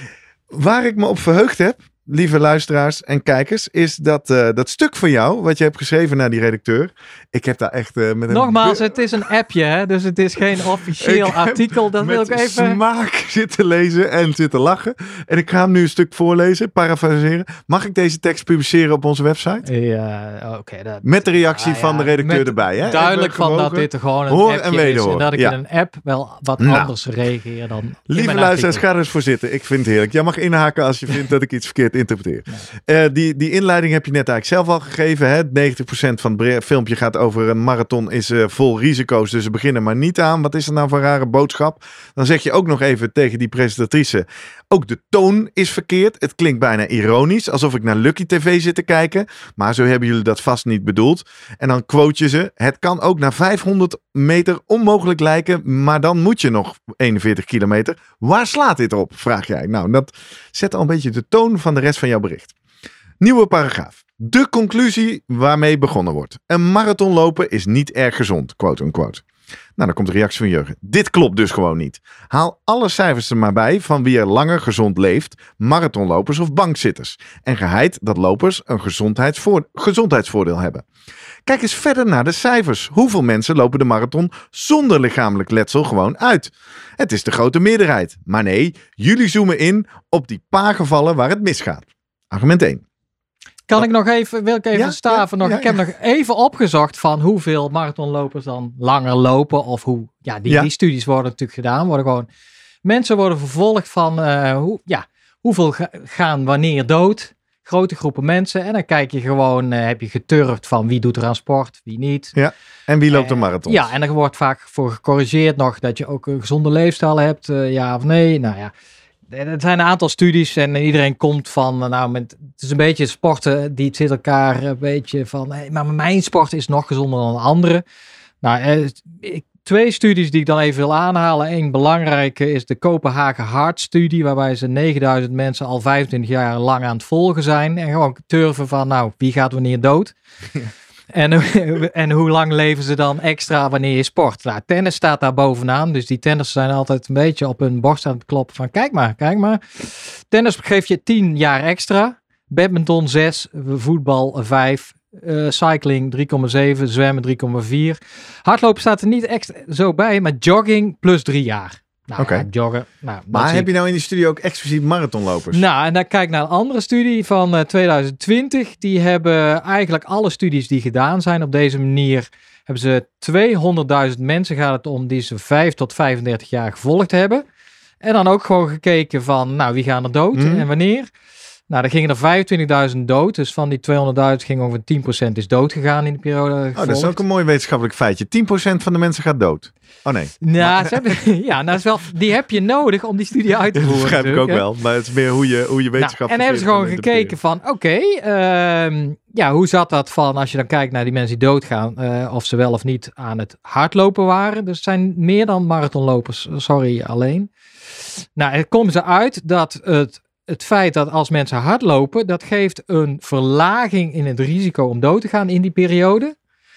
Speaker 1: Waar ik me op verheugd heb, lieve luisteraars en kijkers, is dat, uh, dat stuk van jou, wat je hebt geschreven naar die redacteur. Ik heb daar echt uh, met een...
Speaker 2: Nogmaals, het is een appje, hè? Dus het is geen officieel ik artikel. Dat wil ik even...
Speaker 1: met smaak zitten lezen en zitten lachen. En ik ga hem nu een stuk voorlezen, parafraseren. Mag ik deze tekst publiceren op onze website?
Speaker 2: Ja, oké. Okay, dat...
Speaker 1: Met de reactie ah, ja, van de redacteur
Speaker 2: met
Speaker 1: erbij, hè?
Speaker 2: Duidelijk van dat dit gewoon een
Speaker 1: hoor
Speaker 2: appje
Speaker 1: en wederhoor.
Speaker 2: is. En dat ik
Speaker 1: ja.
Speaker 2: in een app wel wat nou, anders reageer dan
Speaker 1: lieve luisteraars, ga er eens voor zitten. Ik vind het heerlijk. Jij mag inhaken als je vindt dat ik iets verkeerd interpreteer. Ja. Uh, die, die inleiding heb je net eigenlijk zelf al gegeven. Hè? negentig procent van het filmpje gaat over een marathon is uh, vol risico's. Dus we beginnen maar niet aan. Wat is er nou voor een rare boodschap? Dan zeg je ook nog even tegen die presentatrice. Ook de toon is verkeerd. Het klinkt bijna ironisch. Alsof ik naar Lucky T V zit te kijken. Maar zo hebben jullie dat vast niet bedoeld. En dan quote je ze. Het kan ook na vijfhonderd meter onmogelijk lijken. Maar dan moet je nog eenenveertig kilometer. Waar slaat dit op? Vraag jij. Nou, dat zet al een beetje de toon van de rest van jouw bericht. Nieuwe paragraaf. De conclusie waarmee begonnen wordt. Een marathon lopen is niet erg gezond, quote unquote. Nou, dan komt de reactie van Jurgen. Dit klopt dus gewoon niet. Haal alle cijfers er maar bij van wie er langer gezond leeft, marathonlopers of bankzitters. En geheid dat lopers een gezondheidsvoor- gezondheidsvoordeel hebben. Kijk eens verder naar de cijfers. Hoeveel mensen lopen de marathon zonder lichamelijk letsel gewoon uit? Het is de grote meerderheid. Maar nee, jullie zoomen in op die paar gevallen waar het misgaat. Argument één.
Speaker 2: Kan ik nog even, wil ik even
Speaker 1: ja,
Speaker 2: staven?
Speaker 1: Ja,
Speaker 2: nog,
Speaker 1: ja,
Speaker 2: ik heb
Speaker 1: ja.
Speaker 2: nog even opgezocht van hoeveel marathonlopers dan langer lopen. Of hoe, ja, die,
Speaker 1: ja.
Speaker 2: die studies worden natuurlijk gedaan. Worden gewoon, mensen worden vervolgd van, uh, hoe, ja, hoeveel ga, gaan wanneer dood. Grote groepen mensen. En dan kijk je gewoon, uh, heb je geturfd van wie doet er aan sport, wie niet.
Speaker 1: Ja, en wie loopt de
Speaker 2: uh,
Speaker 1: marathon.
Speaker 2: Ja, en er wordt vaak voor gecorrigeerd nog dat je ook een gezonde leefstijl hebt. Uh, ja of nee, nou ja. Er zijn een aantal studies en iedereen komt van, nou, met, het is een beetje sporten die zit elkaar een beetje van, hey, maar mijn sport is nog gezonder dan de andere. Nou, eh, ik, twee studies die ik dan even wil aanhalen. Eén belangrijke is de Kopenhagen Heart Studie, waarbij ze negenduizend mensen al vijfentwintig jaar lang aan het volgen zijn en gewoon turven van, nou, wie gaat wanneer dood? Ja. En, en hoe lang leven ze dan extra wanneer je sport? Nou, tennis staat daar bovenaan. Dus die tennissers zijn altijd een beetje op hun borst aan het kloppen van kijk maar, kijk maar. Tennis geeft je tien jaar extra. Badminton zes, voetbal vijf, uh, cycling drie komma zeven, zwemmen drie komma vier. Hardlopen staat er niet extra zo bij, maar jogging plus drie jaar. Nou,
Speaker 1: okay.
Speaker 2: ja, joggen. Nou,
Speaker 1: maar heb je nou in die studie ook expliciet marathonlopers?
Speaker 2: Nou, en dan kijk naar een andere studie van uh, twintig twintig. Die hebben eigenlijk alle studies die gedaan zijn op deze manier, hebben ze tweehonderdduizend mensen, gaat het om, die ze vijf tot vijfendertig jaar gevolgd hebben. En dan ook gewoon gekeken van, nou, wie gaan er dood mm. en wanneer? Nou, er gingen er vijfentwintigduizend dood. Dus van die tweehonderdduizend ging ongeveer tien procent is dood gegaan in die periode.
Speaker 1: Oh, dat is ook een mooi wetenschappelijk feitje. tien procent van de mensen gaat dood. Oh nee.
Speaker 2: Nou,
Speaker 1: maar...
Speaker 2: ze hebben, ja, nou is wel, die heb je nodig om die studie uit te voeren.
Speaker 1: Dat begrijp ik ook hè? wel. Maar het is meer hoe je, hoe je wetenschap...
Speaker 2: Nou, en hebben ze gewoon gekeken van, oké, okay, uh, ja, hoe zat dat van, als je dan kijkt naar die mensen die doodgaan, uh, of ze wel of niet aan het hardlopen waren. Dus het zijn meer dan marathonlopers, sorry, alleen. Nou, het komt ze uit dat het... Het feit dat als mensen hardlopen, dat geeft een verlaging in het risico om dood te gaan in die periode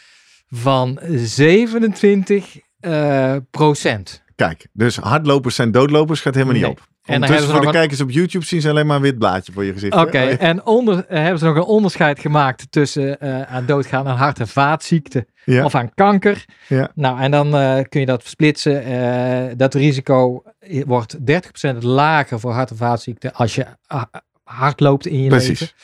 Speaker 2: van zevenentwintig procent.
Speaker 1: Kijk, dus hardlopers zijn doodlopers, gaat helemaal nee. niet op. En dan hebben ze voor de een... kijkers op YouTube zien ze alleen maar een wit blaadje voor je gezicht.
Speaker 2: Oké, okay, oh, ja. en onder, uh, hebben ze nog een onderscheid gemaakt tussen uh, aan doodgaan aan hart- en vaatziekten ja. of aan kanker. Ja. Nou, en dan uh, kun je dat splitsen. Uh, dat risico wordt dertig procent lager voor hart- en vaatziekten als je uh, hard loopt in je
Speaker 1: Precies.
Speaker 2: leven.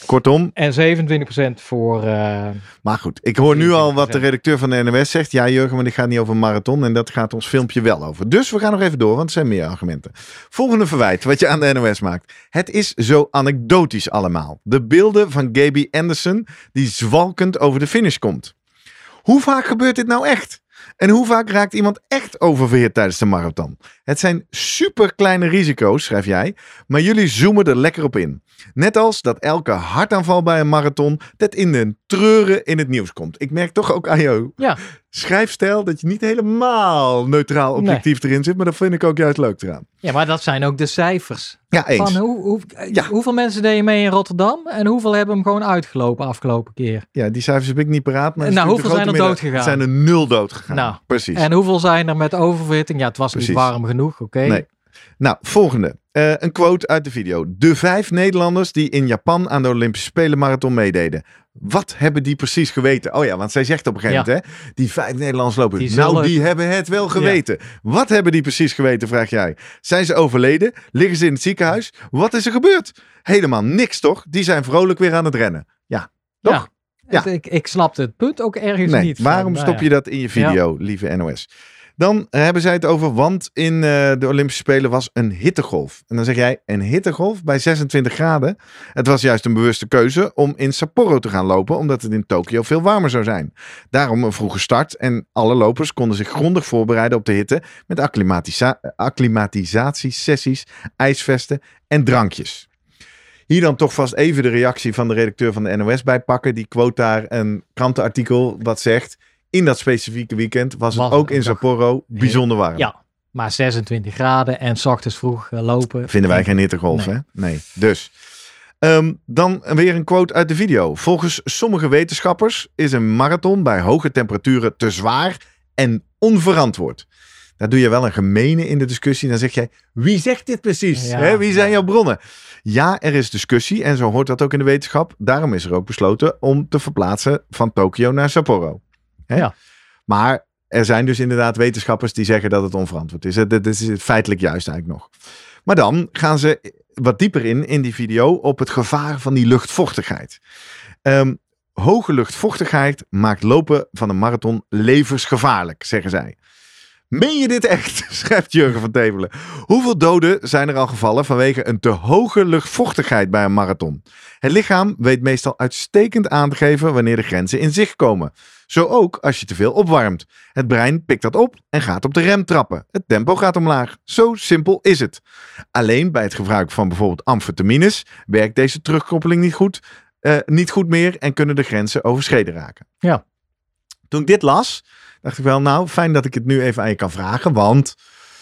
Speaker 1: Kortom.
Speaker 2: En zevenentwintig procent voor... Uh,
Speaker 1: maar goed, ik hoor nu al wat de redacteur van de N O S zegt. Ja, Jurgen, maar dit gaat niet over een marathon. En dat gaat ons filmpje wel over. Dus we gaan nog even door, want er zijn meer argumenten. Volgende verwijt wat je aan de N O S maakt. Het is zo anekdotisch allemaal. De beelden van Gaby Anderson die zwalkend over de finish komt. Hoe vaak gebeurt dit nou echt? En hoe vaak raakt iemand echt oververhit tijdens de marathon? Het zijn super kleine risico's, schrijf jij, maar jullie zoomen er lekker op in. Net als dat elke hartaanval bij een marathon dat in de treuren in het nieuws komt. Ik merk toch ook aan jou
Speaker 2: ja.
Speaker 1: schrijfstijl dat je niet helemaal neutraal objectief nee. erin zit, maar dat vind ik ook juist leuk eraan.
Speaker 2: Ja, maar dat zijn ook de cijfers.
Speaker 1: Ja, eens.
Speaker 2: Van hoe, hoe,
Speaker 1: ja.
Speaker 2: Hoeveel mensen deden je mee in Rotterdam en hoeveel hebben hem gewoon uitgelopen afgelopen keer?
Speaker 1: Ja, die cijfers heb ik niet paraat. Maar
Speaker 2: nou, hoeveel zijn er dood gegaan?
Speaker 1: Er zijn er nul dood gegaan.
Speaker 2: Nou,
Speaker 1: precies.
Speaker 2: En hoeveel zijn er met oververhitting? Ja, het was Precies. niet warm genoeg, oké. Okay.
Speaker 1: Nee. Nou, volgende. Uh, een quote uit de video. De vijf Nederlanders die in Japan aan de Olympische Spelen marathon meededen. Wat hebben die precies geweten? Oh ja, want zij zegt op een gegeven ja. moment, hè, die vijf Nederlanders lopen. Die nou, zullen... die hebben het wel geweten. Ja. Wat hebben die precies geweten, vraag jij. Zijn ze overleden? Liggen ze in het ziekenhuis? Wat is er gebeurd? Helemaal niks, toch? Die zijn vrolijk weer aan het rennen. Ja, toch?
Speaker 2: Ja. Ja. Ik, ik snapte het punt ook ergens
Speaker 1: nee,
Speaker 2: niet.
Speaker 1: Waarom
Speaker 2: van,
Speaker 1: stop
Speaker 2: nou ja.
Speaker 1: je dat in je video, ja. lieve N O S? Dan hebben zij het over, want in uh, de Olympische Spelen was een hittegolf. En dan zeg jij, een hittegolf bij zesentwintig graden. Het was juist een bewuste keuze om in Sapporo te gaan lopen, omdat het in Tokio veel warmer zou zijn. Daarom een vroege start en alle lopers konden zich grondig voorbereiden op de hitte met acclimatisa- acclimatisatiesessies, ijsvesten en drankjes. Hier dan toch vast even de reactie van de redacteur van de N O S bij pakken. Die quote daar een krantenartikel wat zegt... In dat specifieke weekend was het was ook in Sapporo bijzonder warm.
Speaker 2: Ja, maar zesentwintig graden en 's ochtends vroeg lopen.
Speaker 1: Vinden wij geen hittegolf, nee. hè? Nee. Dus. Um, dan weer een quote uit de video. Volgens sommige wetenschappers is een marathon bij hoge temperaturen te zwaar en onverantwoord. Daar doe je wel een gemene in de discussie. Dan zeg jij, wie zegt dit precies? Ja, Hè? Wie zijn jouw bronnen? Ja, er is discussie en zo hoort dat ook in de wetenschap. Daarom is er ook besloten om te verplaatsen van Tokio naar Sapporo. Hè? Ja. Maar er zijn dus inderdaad wetenschappers die zeggen dat het onverantwoord is. Dat is feitelijk juist eigenlijk nog. Maar dan gaan ze wat dieper in, in die video, op het gevaar van die luchtvochtigheid. Um, hoge luchtvochtigheid maakt lopen van een marathon levensgevaarlijk, zeggen zij. Meen je dit echt? Schrijft Jurgen van Tevelen. Hoeveel doden zijn er al gevallen vanwege een te hoge luchtvochtigheid bij een marathon? Het lichaam weet meestal uitstekend aan te geven wanneer de grenzen in zicht komen. Zo ook als je te veel opwarmt. Het brein pikt dat op en gaat op de rem trappen. Het tempo gaat omlaag. Zo simpel is het. Alleen bij het gebruik van bijvoorbeeld amfetamines werkt deze terugkoppeling niet goed, uh, niet goed meer en kunnen de grenzen overschreden raken.
Speaker 2: Ja.
Speaker 1: Toen ik dit las, dacht ik wel, nou, fijn dat ik het nu even aan je kan vragen, want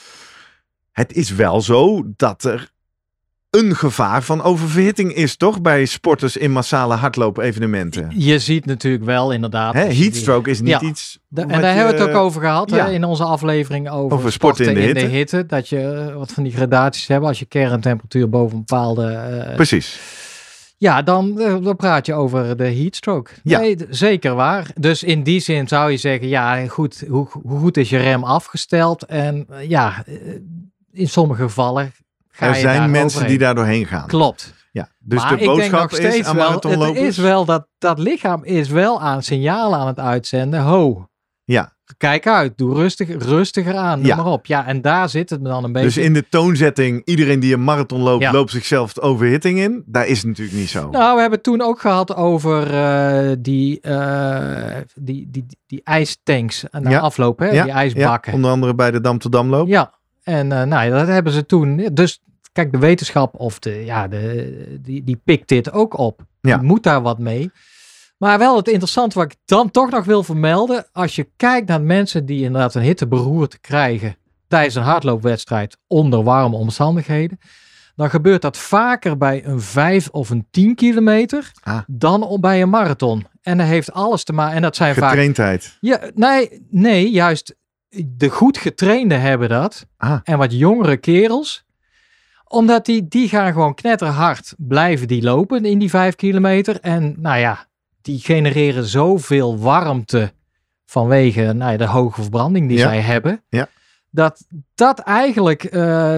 Speaker 1: het is wel zo dat er een gevaar van oververhitting is, toch? Bij sporters in massale hardloop-evenementen.
Speaker 2: Je ziet natuurlijk wel, inderdaad.
Speaker 1: Hè, heatstroke is niet ja. iets...
Speaker 2: De, en daar je, hebben we het ook over gehad ja. hè, in onze aflevering over,
Speaker 1: over sporten in de,
Speaker 2: in
Speaker 1: hitte.
Speaker 2: de hitte. Dat je wat van die gradaties hebt als je kerntemperatuur boven een bepaalde... Uh,
Speaker 1: Precies.
Speaker 2: Ja, dan, dan praat je over de heatstroke.
Speaker 1: Ja.
Speaker 2: Nee, zeker waar. Dus in die zin zou je zeggen, ja, goed, hoe, hoe goed is je rem afgesteld? En ja, in sommige gevallen ga
Speaker 1: er
Speaker 2: je
Speaker 1: zijn
Speaker 2: daar
Speaker 1: mensen
Speaker 2: overheen.
Speaker 1: die daar doorheen gaan.
Speaker 2: Klopt.
Speaker 1: Ja, dus
Speaker 2: maar
Speaker 1: de boodschap
Speaker 2: ik denk nog
Speaker 1: is aan marathonlopers...
Speaker 2: Het is wel dat dat lichaam is wel aan signalen aan het uitzenden. Ho,
Speaker 1: ja.
Speaker 2: Kijk uit, doe rustig, rustiger aan, noem
Speaker 1: ja.
Speaker 2: maar op. Ja, en daar zit het me dan een beetje...
Speaker 1: Dus in de toonzetting, iedereen die een marathon loopt, ja. loopt zichzelf overhitting in. Daar is het natuurlijk niet zo.
Speaker 2: Nou, we hebben het toen ook gehad over uh, die, uh, die, die, die, die ijstanks na ja. afloop, hè?
Speaker 1: Ja.
Speaker 2: Die ijsbakken.
Speaker 1: Ja. Onder andere bij de Dam tot Damloop.
Speaker 2: Ja, en uh, nou, dat hebben ze toen. Dus kijk, de wetenschap of de, ja, de, die, die pikt dit ook op.
Speaker 1: Ja.
Speaker 2: Die moet daar wat mee. Maar wel het interessante wat ik dan toch nog wil vermelden. Als je kijkt naar mensen die inderdaad een hitteberoerte krijgen tijdens een hardloopwedstrijd onder warme omstandigheden. Dan gebeurt dat vaker bij een vijf of een tien kilometer ah. dan bij een marathon. En dat heeft alles te maken. En dat zijn
Speaker 1: Getraindheid.
Speaker 2: vaak... Ja, nee, nee, juist de goed getrainde hebben dat.
Speaker 1: Ah.
Speaker 2: En wat jongere kerels. Omdat die, die gaan gewoon knetterhard blijven die lopen in die vijf kilometer. En nou ja... Die genereren zoveel warmte vanwege nou ja, de hoge verbranding die
Speaker 1: ja.
Speaker 2: zij hebben.
Speaker 1: Ja.
Speaker 2: Dat dat eigenlijk uh,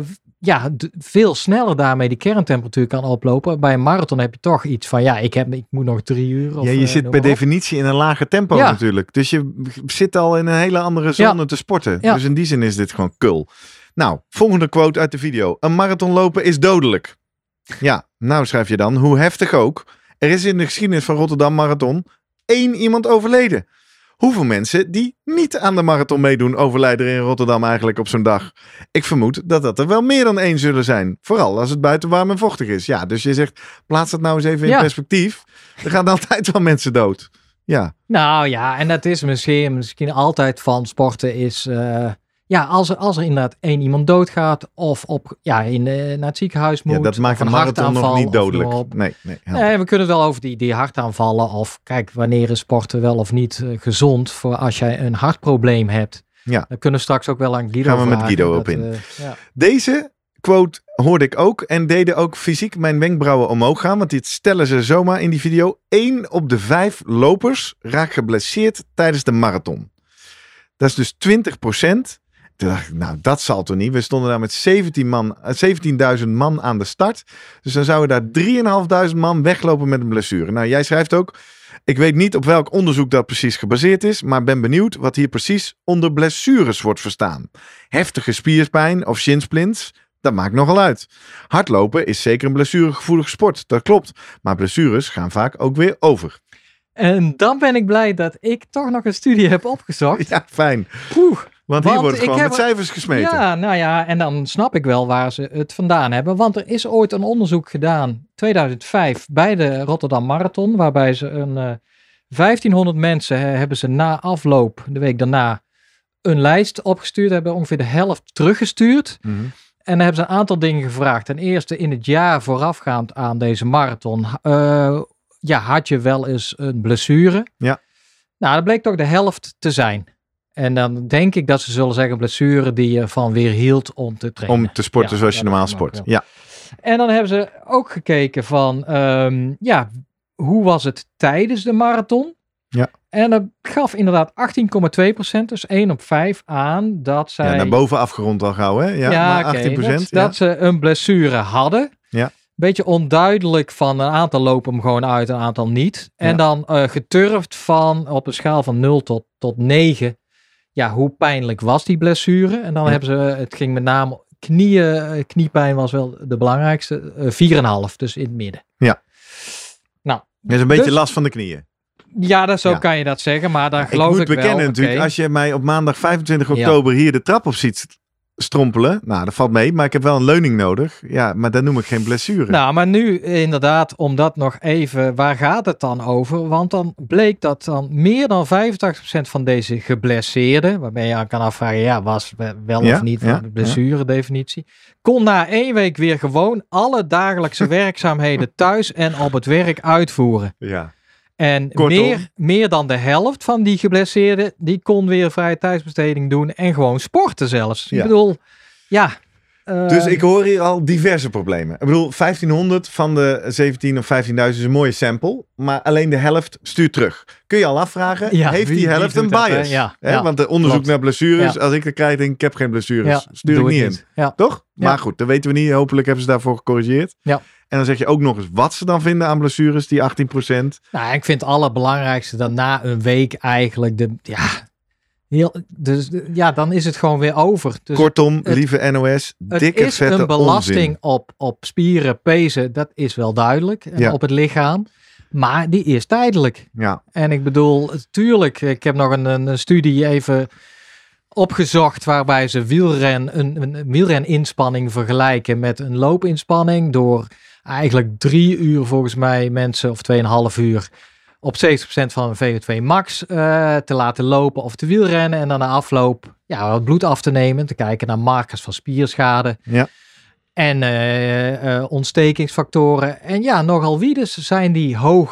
Speaker 2: ja, d- veel sneller daarmee die kerntemperatuur kan oplopen. Bij een marathon heb je toch iets van, ja, ik, heb, ik moet nog drie uur. Of,
Speaker 1: ja, je
Speaker 2: uh,
Speaker 1: zit per definitie in een lager tempo
Speaker 2: ja.
Speaker 1: natuurlijk. Dus je zit al in een hele andere zone
Speaker 2: ja.
Speaker 1: te sporten.
Speaker 2: Ja.
Speaker 1: Dus in die zin is dit gewoon kul. Nou, volgende quote uit de video. Een marathon lopen is dodelijk. Ja, nou schrijf je dan, hoe heftig ook. Er is in de geschiedenis van Rotterdam Marathon één iemand overleden. Hoeveel mensen die niet aan de marathon meedoen overlijden in Rotterdam eigenlijk op zo'n dag? Ik vermoed dat dat er wel meer dan één zullen zijn. Vooral als het buiten warm en vochtig is. Ja, dus je zegt, plaats dat nou eens even in
Speaker 2: ja.
Speaker 1: perspectief. Er gaan altijd wel mensen dood. Ja.
Speaker 2: Nou ja, en dat is misschien, misschien altijd van sporten is... Uh, ja, als er, als er inderdaad één iemand doodgaat of op, ja, in, uh, naar het ziekenhuis moet.
Speaker 1: Ja, dat maakt een marathon nog niet dodelijk. Nee, nee,
Speaker 2: nee, we kunnen het wel over die, die hartaanvallen of kijk, wanneer is sporten wel of niet uh, gezond voor als jij een hartprobleem hebt.
Speaker 1: Ja.
Speaker 2: Dan kunnen we straks ook wel aan Guido
Speaker 1: Gaan we
Speaker 2: vragen,
Speaker 1: met Guido
Speaker 2: dat,
Speaker 1: op in.
Speaker 2: Uh, ja.
Speaker 1: Deze quote hoorde ik ook en deden ook fysiek mijn wenkbrauwen omhoog gaan. Want dit stellen ze zomaar in die video. Eén op de vijf lopers raakt geblesseerd tijdens de marathon. Dat is dus twintig procent. Toen dacht ik, nou dat zal toch niet. We stonden daar met zeventien man, zeventienduizend man aan de start. Dus dan zouden daar drieduizend man weglopen met een blessure. Nou, jij schrijft ook, ik weet niet op welk onderzoek dat precies gebaseerd is, maar ben benieuwd wat hier precies onder blessures wordt verstaan. Heftige spierpijn of shinsplints, dat maakt nogal uit. Hardlopen is zeker een blessuregevoelige sport, dat klopt. Maar blessures gaan vaak ook weer over.
Speaker 2: En dan ben ik blij dat ik toch nog een studie heb opgezocht.
Speaker 1: Ja, fijn.
Speaker 2: Oeh.
Speaker 1: Want hier wordt het gewoon met cijfers gesmeten.
Speaker 2: Ja, nou ja, en dan snap ik wel waar ze het vandaan hebben. Want er is ooit een onderzoek gedaan, tweeduizend vijf, bij de Rotterdam Marathon. Waarbij ze een uh, vijftienhonderd mensen he, hebben ze na afloop, de week daarna, een lijst opgestuurd. Hebben ongeveer de helft teruggestuurd.
Speaker 1: Mm-hmm.
Speaker 2: En dan hebben ze een aantal dingen gevraagd. Ten eerste in het jaar voorafgaand aan deze marathon. Uh, ja, had je wel eens een blessure?
Speaker 1: Ja.
Speaker 2: Nou, dat bleek toch de helft te zijn. En dan denk ik dat ze zullen zeggen blessure die je van weer hield om te trainen.
Speaker 1: Om te sporten ja, zoals je normaal sport. Ja.
Speaker 2: En dan hebben ze ook gekeken van, um, ja, hoe was het tijdens de marathon?
Speaker 1: Ja.
Speaker 2: En dat gaf inderdaad achttien komma twee procent, dus één op vijf aan dat zij...
Speaker 1: Ja, naar boven afgerond al gauw, hè? Ja,
Speaker 2: ja
Speaker 1: maar achttien procent.
Speaker 2: Okay, dat, ja. dat ze een blessure hadden.
Speaker 1: Ja.
Speaker 2: Beetje onduidelijk van een aantal lopen hem gewoon uit, een aantal niet. En ja. dan uh, geturfd van op een schaal van nul tot, tot negen. Ja, hoe pijnlijk was die blessure? En dan ja. hebben ze, het ging met name knieën, kniepijn was wel de belangrijkste. Uh, vier komma vijf, dus in het midden.
Speaker 1: Ja.
Speaker 2: Nou.
Speaker 1: Dat is een beetje
Speaker 2: dus,
Speaker 1: last van de knieën.
Speaker 2: Ja, dat zo ja. kan je dat zeggen, maar daar geloof ik,
Speaker 1: ik moet bekennen
Speaker 2: wel,
Speaker 1: natuurlijk,
Speaker 2: okay.
Speaker 1: als je mij op maandag vijfentwintig oktober ja. hier de trap op ziet strompelen, nou dat valt mee, maar ik heb wel een leuning nodig. Ja, maar dat noem ik geen blessure.
Speaker 2: Nou, maar nu inderdaad, om dat nog even, waar gaat het dan over? Want dan bleek dat dan meer dan vijfentachtig procent van deze geblesseerden, waarbij je aan kan afvragen, ja, was wel ja, of niet, ja, de blessure definitie, kon na één week weer gewoon alle dagelijkse werkzaamheden thuis en op het werk uitvoeren.
Speaker 1: Ja.
Speaker 2: En meer, meer dan de helft van die geblesseerden, die kon weer vrije tijdsbesteding doen en gewoon sporten zelfs. Ja. Ik bedoel, ja. Uh,
Speaker 1: dus ik hoor hier al diverse problemen. Ik bedoel, vijftienhonderd van de zeventien of vijftienduizend is een mooie sample, maar alleen de helft stuurt terug. Kun je al afvragen, ja, heeft wie, die helft een bias? Dat,
Speaker 2: ja,
Speaker 1: Hè?
Speaker 2: Ja,
Speaker 1: Want de onderzoek
Speaker 2: klopt.
Speaker 1: naar blessures,
Speaker 2: Ja.
Speaker 1: als ik er krijg, denk ik, ik heb geen blessures.
Speaker 2: Ja,
Speaker 1: Stuur ik niet in.
Speaker 2: Niet. Ja.
Speaker 1: Toch?
Speaker 2: Ja.
Speaker 1: Maar goed, dat weten we niet. Hopelijk hebben ze daarvoor gecorrigeerd.
Speaker 2: Ja.
Speaker 1: En dan zeg je ook nog eens wat ze dan vinden aan blessures, die achttien procent.
Speaker 2: Nou, ik vind het allerbelangrijkste dat na een week eigenlijk de, ja, heel, dus, ja, dan is het gewoon weer over. Dus
Speaker 1: Kortom,
Speaker 2: het,
Speaker 1: lieve N O S, dikke
Speaker 2: het is
Speaker 1: vette
Speaker 2: een belasting
Speaker 1: onzin.
Speaker 2: op, op spieren, pezen, dat is wel duidelijk. En
Speaker 1: ja.
Speaker 2: op het lichaam. Maar die is tijdelijk.
Speaker 1: Ja.
Speaker 2: En ik bedoel, tuurlijk, ik heb nog een, een studie even opgezocht waarbij ze wielren, een, een wielreninspanning vergelijken met een loopinspanning door eigenlijk drie uur volgens mij mensen, of tweeënhalf uur, op zeventig procent van een V O twee max uh, te laten lopen of te wielrennen en dan na afloop ja, wat bloed af te nemen, te kijken naar markers van spierschade.
Speaker 1: Ja.
Speaker 2: En uh, uh, ontstekingsfactoren. En ja, nogal wie dus zijn die hoger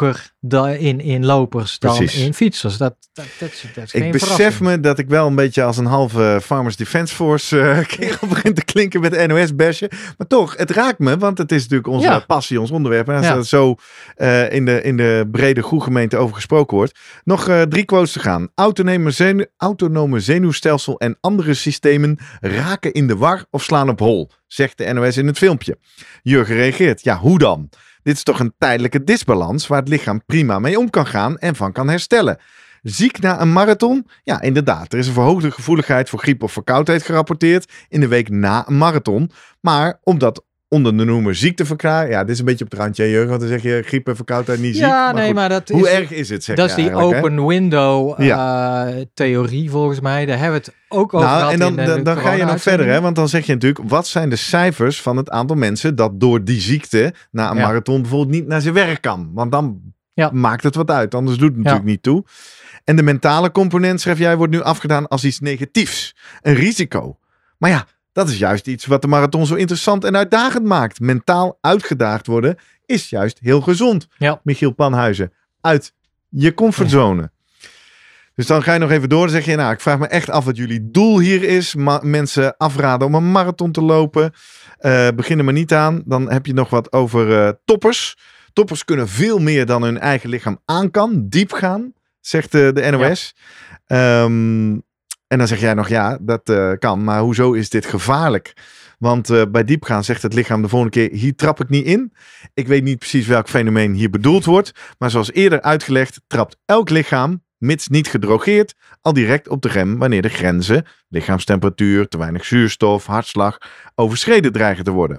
Speaker 2: in, in lopers dan Precies. in fietsers. Dat, dat, dat, is, dat is geen
Speaker 1: Ik besef me dat ik wel een beetje als een halve Farmers Defence Force uh, kerel begint te klinken met de N O S-basje. Maar toch, het raakt me, want het is natuurlijk onze ja. passie, ons onderwerp. En als ja. er zo uh, in, de, in de brede groegemeente over gesproken wordt. Nog uh, drie quotes te gaan. Autonome, zenu- autonome zenuwstelsel en andere systemen raken in de war of slaan op hol, zegt de N O S in het filmpje. Jurgen reageert. Ja, hoe dan? Dit is toch een tijdelijke disbalans waar het lichaam prima mee om kan gaan en van kan herstellen. Ziek na een marathon? Ja, inderdaad. Er is een verhoogde gevoeligheid voor griep of verkoudheid gerapporteerd in de week na een marathon. Maar om dat onder de noemer ziekte verklaren, ja, dit is een beetje op het randje, Jurgen, want dan zeg je griep en verkoudheid niet ziek.
Speaker 2: Ja,
Speaker 1: maar
Speaker 2: nee,
Speaker 1: goed,
Speaker 2: maar dat
Speaker 1: hoe
Speaker 2: is,
Speaker 1: erg is het, zeg
Speaker 2: dat is die open
Speaker 1: hè?
Speaker 2: window uh,
Speaker 1: ja.
Speaker 2: theorie volgens mij. Daar hebben we het ook over
Speaker 1: nou,
Speaker 2: gehad.
Speaker 1: En dan,
Speaker 2: in,
Speaker 1: dan, dan ga je nog verder, hè? Want dan zeg je natuurlijk, wat zijn de cijfers van het aantal mensen dat door die ziekte na een ja. marathon bijvoorbeeld niet naar zijn werk kan? Want dan ja. maakt het wat uit, anders doet het natuurlijk ja. niet toe. En de mentale component, schrijf jij, wordt nu afgedaan als iets negatiefs. Een risico. Maar ja, dat is juist iets wat de marathon zo interessant en uitdagend maakt. Mentaal uitgedaagd worden is juist heel gezond. Ja. Michiel Panhuizen, uit je comfortzone. Ja. Dus dan ga je nog even door. Dan zeg je, nou, ik vraag me echt af wat jullie doel hier is. Ma- mensen afraden om een marathon te lopen. Uh, begin er maar niet aan. Dan heb je nog wat over uh, toppers. Toppers kunnen veel meer dan hun eigen lichaam aan kan. Diep gaan, zegt uh, de N O S. Ja. Um, En dan zeg jij nog, ja, dat uh, kan. Maar hoezo is dit gevaarlijk? Want uh, bij diepgaan zegt het lichaam de volgende keer, hier trap ik niet in. Ik weet niet precies welk fenomeen hier bedoeld wordt. Maar zoals eerder uitgelegd, trapt elk lichaam, mits niet gedrogeerd, al direct op de rem wanneer de grenzen, lichaamstemperatuur, te weinig zuurstof, hartslag, overschreden dreigen te worden.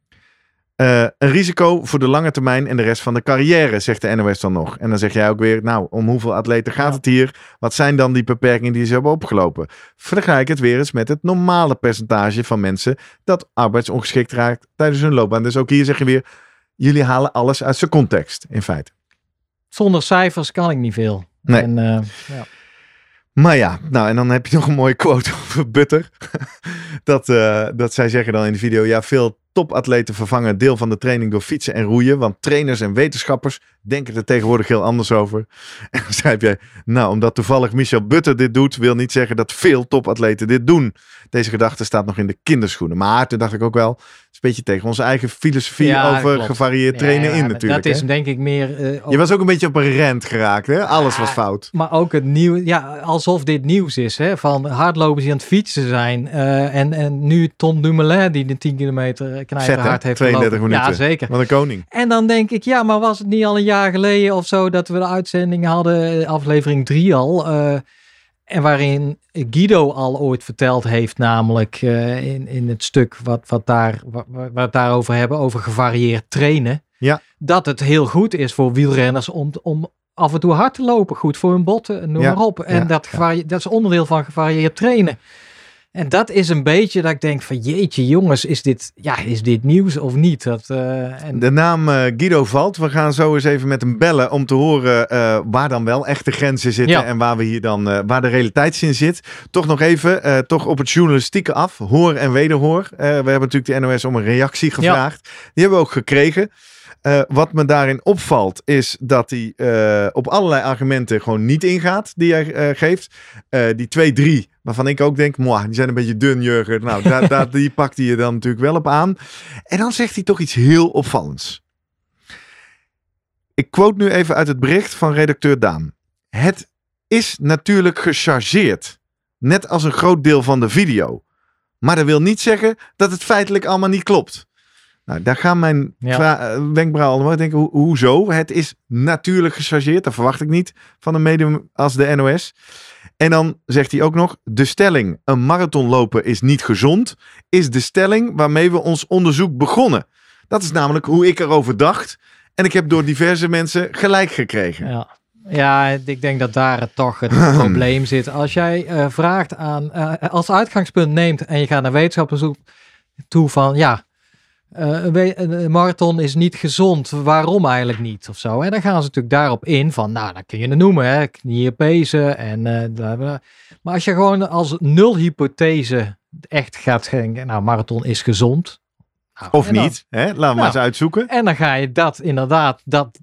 Speaker 1: Uh, een risico voor de lange termijn en de rest van de carrière, zegt de N O S dan nog. En dan zeg jij ook weer, nou, om hoeveel atleten gaat ja. het hier? Wat zijn dan die beperkingen die ze hebben opgelopen? Vergelijk het weer eens met het normale percentage van mensen dat arbeidsongeschikt raakt tijdens hun loopbaan. Dus ook hier zeg je weer, jullie halen alles uit zijn context, in feite.
Speaker 2: Zonder cijfers kan ik niet veel.
Speaker 1: Nee.
Speaker 2: En, uh, ja.
Speaker 1: Maar ja, nou en dan heb je nog een mooie quote over Butter. dat, uh, dat zij zeggen dan in de video, ja, veel topatleten vervangen een deel van de training door fietsen en roeien. Want trainers en wetenschappers denken er tegenwoordig heel anders over. En dan schrijf jij, nou, omdat toevallig Michel Butter dit doet, wil niet zeggen dat veel topatleten dit doen. Deze gedachte staat nog in de kinderschoenen. Maar toen dacht ik ook wel, het is een beetje tegen onze eigen filosofie ja, over klopt. gevarieerd trainen ja, ja, in natuurlijk.
Speaker 2: Dat is
Speaker 1: hè?
Speaker 2: denk ik meer... Uh,
Speaker 1: Je was ook een beetje op een rent geraakt, hè? Alles ja, was fout.
Speaker 2: Maar ook het nieuws, ja, alsof dit nieuws is, hè? Van hardlopers die aan het fietsen zijn. Uh, en, en nu Tom Dumoulin die de tien kilometer knijperhard heeft
Speaker 1: tweeëndertig
Speaker 2: gelopen.
Speaker 1: minuten.
Speaker 2: Ja, zeker.
Speaker 1: Wat een koning.
Speaker 2: En dan denk ik, ja, maar was het niet al een jaar geleden of zo dat we de uitzending hadden, aflevering drie al, uh, en waarin Guido al ooit verteld heeft, namelijk uh, in, in het stuk wat, wat, daar, wat, wat we het daarover hebben, over gevarieerd trainen,
Speaker 1: ja.
Speaker 2: dat het heel goed is voor wielrenners om, om af en toe hard te lopen, goed voor hun botten, noem
Speaker 1: ja.
Speaker 2: maar op. En
Speaker 1: ja.
Speaker 2: dat, gevarie- dat is onderdeel van gevarieerd trainen. En dat is een beetje dat ik denk van jeetje jongens, is dit, ja, is dit nieuws of niet? Dat, uh, en...
Speaker 1: De naam uh, Guido valt. We gaan zo eens even met hem bellen om te horen uh, waar dan wel echte grenzen zitten. Ja. En waar we hier dan, uh, waar de realiteitszin zit. Toch nog even, uh, toch op het journalistieke af. Hoor en wederhoor. Uh, we hebben natuurlijk de N O S om een reactie gevraagd. Ja. Die hebben we ook gekregen. Uh, wat me daarin opvalt is dat hij uh, op allerlei argumenten gewoon niet ingaat die hij uh, geeft. Uh, die twee, drie, waarvan ik ook denk, mwah, die zijn een beetje dun, Jurgen. Nou, da, da, die pakt hij je dan natuurlijk wel op aan. En dan zegt hij toch iets heel opvallends. Ik quote nu even uit het bericht van redacteur Daan. Het is natuurlijk gechargeerd. Net als een groot deel van de video. Maar dat wil niet zeggen dat het feitelijk allemaal niet klopt. Nou, daar gaan mijn ja. vra- wenkbrauwen allemaal denken, ho- hoezo? Het is natuurlijk gechargeerd, dat verwacht ik niet van een medium als de N O S. En dan zegt hij ook nog, de stelling, een marathon lopen is niet gezond, is de stelling waarmee we ons onderzoek begonnen. Dat is namelijk hoe ik erover dacht. En ik heb door diverse mensen gelijk gekregen.
Speaker 2: Ja. Ja, ik denk dat daar het toch het probleem zit. Als jij uh, vraagt aan, uh, als uitgangspunt neemt en je gaat naar wetenschapperszoek toe van, ja, Uh, een marathon is niet gezond, waarom eigenlijk niet of zo. En dan gaan ze natuurlijk daarop in van, nou, dat kun je het noemen, hè, knieën pezen en uh, bla bla. Maar als je gewoon als nul hypothese echt gaat denken, nou, marathon is gezond. Nou,
Speaker 1: of
Speaker 2: dan,
Speaker 1: niet, hè? Laten we nou, maar eens uitzoeken.
Speaker 2: En dan ga je dat inderdaad, dat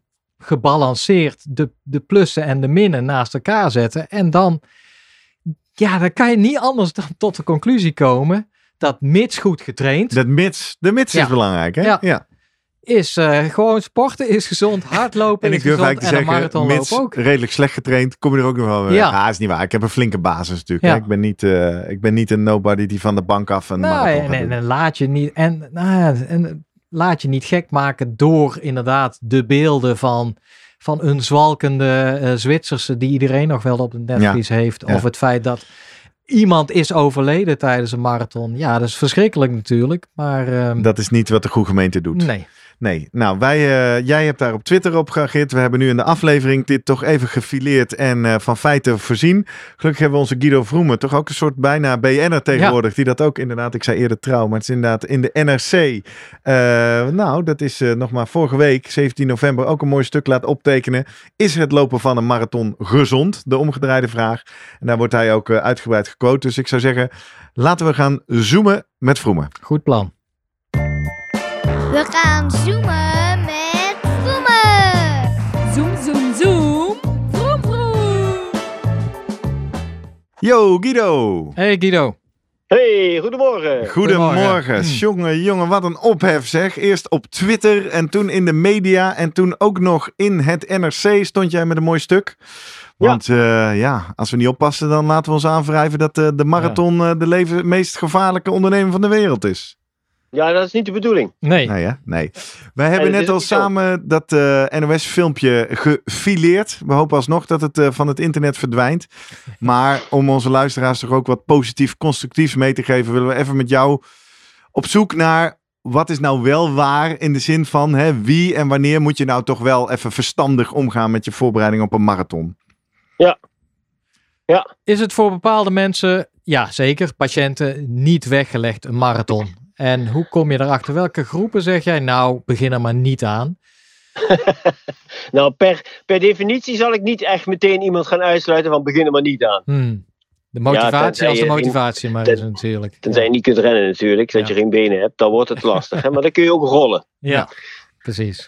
Speaker 2: gebalanceerd de, de plussen en de minnen naast elkaar zetten. En dan, ja, dan kan je niet anders dan tot de conclusie komen dat mits goed getraind.
Speaker 1: Dat mits, de mits ja. is belangrijk, hè?
Speaker 2: Ja.
Speaker 1: ja.
Speaker 2: Is uh, gewoon sporten is gezond, hardlopen
Speaker 1: en
Speaker 2: is gezond en
Speaker 1: zeggen,
Speaker 2: een marathonloop
Speaker 1: mits
Speaker 2: ook.
Speaker 1: redelijk slecht getraind, kom je er ook nog wel mee. Ja, ja is niet waar. Ik heb een flinke basis natuurlijk. Ja. Ik, ben niet, uh, ik ben niet een nobody die van de bank af een
Speaker 2: nou,
Speaker 1: marathon
Speaker 2: en,
Speaker 1: gaat
Speaker 2: en,
Speaker 1: doen.
Speaker 2: en laat je niet en, nou, en laat je niet gek maken door inderdaad de beelden van, van een zwalkende uh, Zwitserse die iedereen nog wel op het netvlies ja. heeft. Ja. Of het feit dat iemand is overleden tijdens een marathon. Ja, dat is verschrikkelijk natuurlijk. Maar uh,
Speaker 1: dat is niet wat de goede gemeente doet.
Speaker 2: Nee.
Speaker 1: Nee, nou, wij, uh, jij hebt daar op Twitter op gereageerd. We hebben nu in de aflevering dit toch even gefileerd en uh, van feiten voorzien. Gelukkig hebben we onze Guido Vroemen, toch ook een soort bijna B N'er tegenwoordig. Ja. Die dat ook inderdaad, ik zei eerder Trouw, maar het is inderdaad in de N R C. Uh, nou, dat is uh, nog maar vorige week, zeventien november, ook een mooi stuk laat optekenen. Is het lopen van een marathon gezond? De omgedraaide vraag. En daar wordt hij ook uh, uitgebreid gequote. Dus ik zou zeggen, laten we gaan zoomen met Vroemen.
Speaker 2: Goed plan.
Speaker 3: We gaan zoomen met Vroemen.
Speaker 4: Zoom, zoom, zoom. Vroom, vroom.
Speaker 1: Yo, Guido.
Speaker 2: Hey, Guido.
Speaker 5: Hey, goedemorgen.
Speaker 1: Goedemorgen. Goedemorgen. Jongen, jongen, wat een ophef zeg. Eerst op Twitter en toen in de media en toen ook nog in het N R C stond jij met een mooi stuk. Want ja, uh, ja als we niet oppassen, dan laten we ons aanwrijven dat uh, de marathon uh, de leven, meest gevaarlijke onderneming van de wereld is.
Speaker 5: Ja, dat is niet de bedoeling.
Speaker 2: Nee.
Speaker 1: Nee, ja, nee. Wij hebben net al samen zo. dat uh, N O S-filmpje gefileerd. We hopen alsnog dat het uh, van het internet verdwijnt. Maar om onze luisteraars toch ook wat positief, constructiefs mee te geven, willen we even met jou op zoek naar wat is nou wel waar in de zin van hè, wie en wanneer moet je nou toch wel even verstandig omgaan met je voorbereiding op een marathon?
Speaker 5: Ja. Ja.
Speaker 2: Is het voor bepaalde mensen, ja zeker, patiënten, niet weggelegd een marathon? En hoe kom je erachter? Welke groepen zeg jij, nou, begin er maar niet aan?
Speaker 5: nou, per, per definitie zal ik niet echt meteen iemand gaan uitsluiten van begin er maar niet aan.
Speaker 2: Hmm. De motivatie ja, als de motivatie maar ten, is natuurlijk.
Speaker 5: Tenzij ja. je niet kunt rennen natuurlijk, dat ja. je geen benen hebt, dan wordt het lastig. hè? Maar dan kun je ook rollen.
Speaker 2: Ja, precies.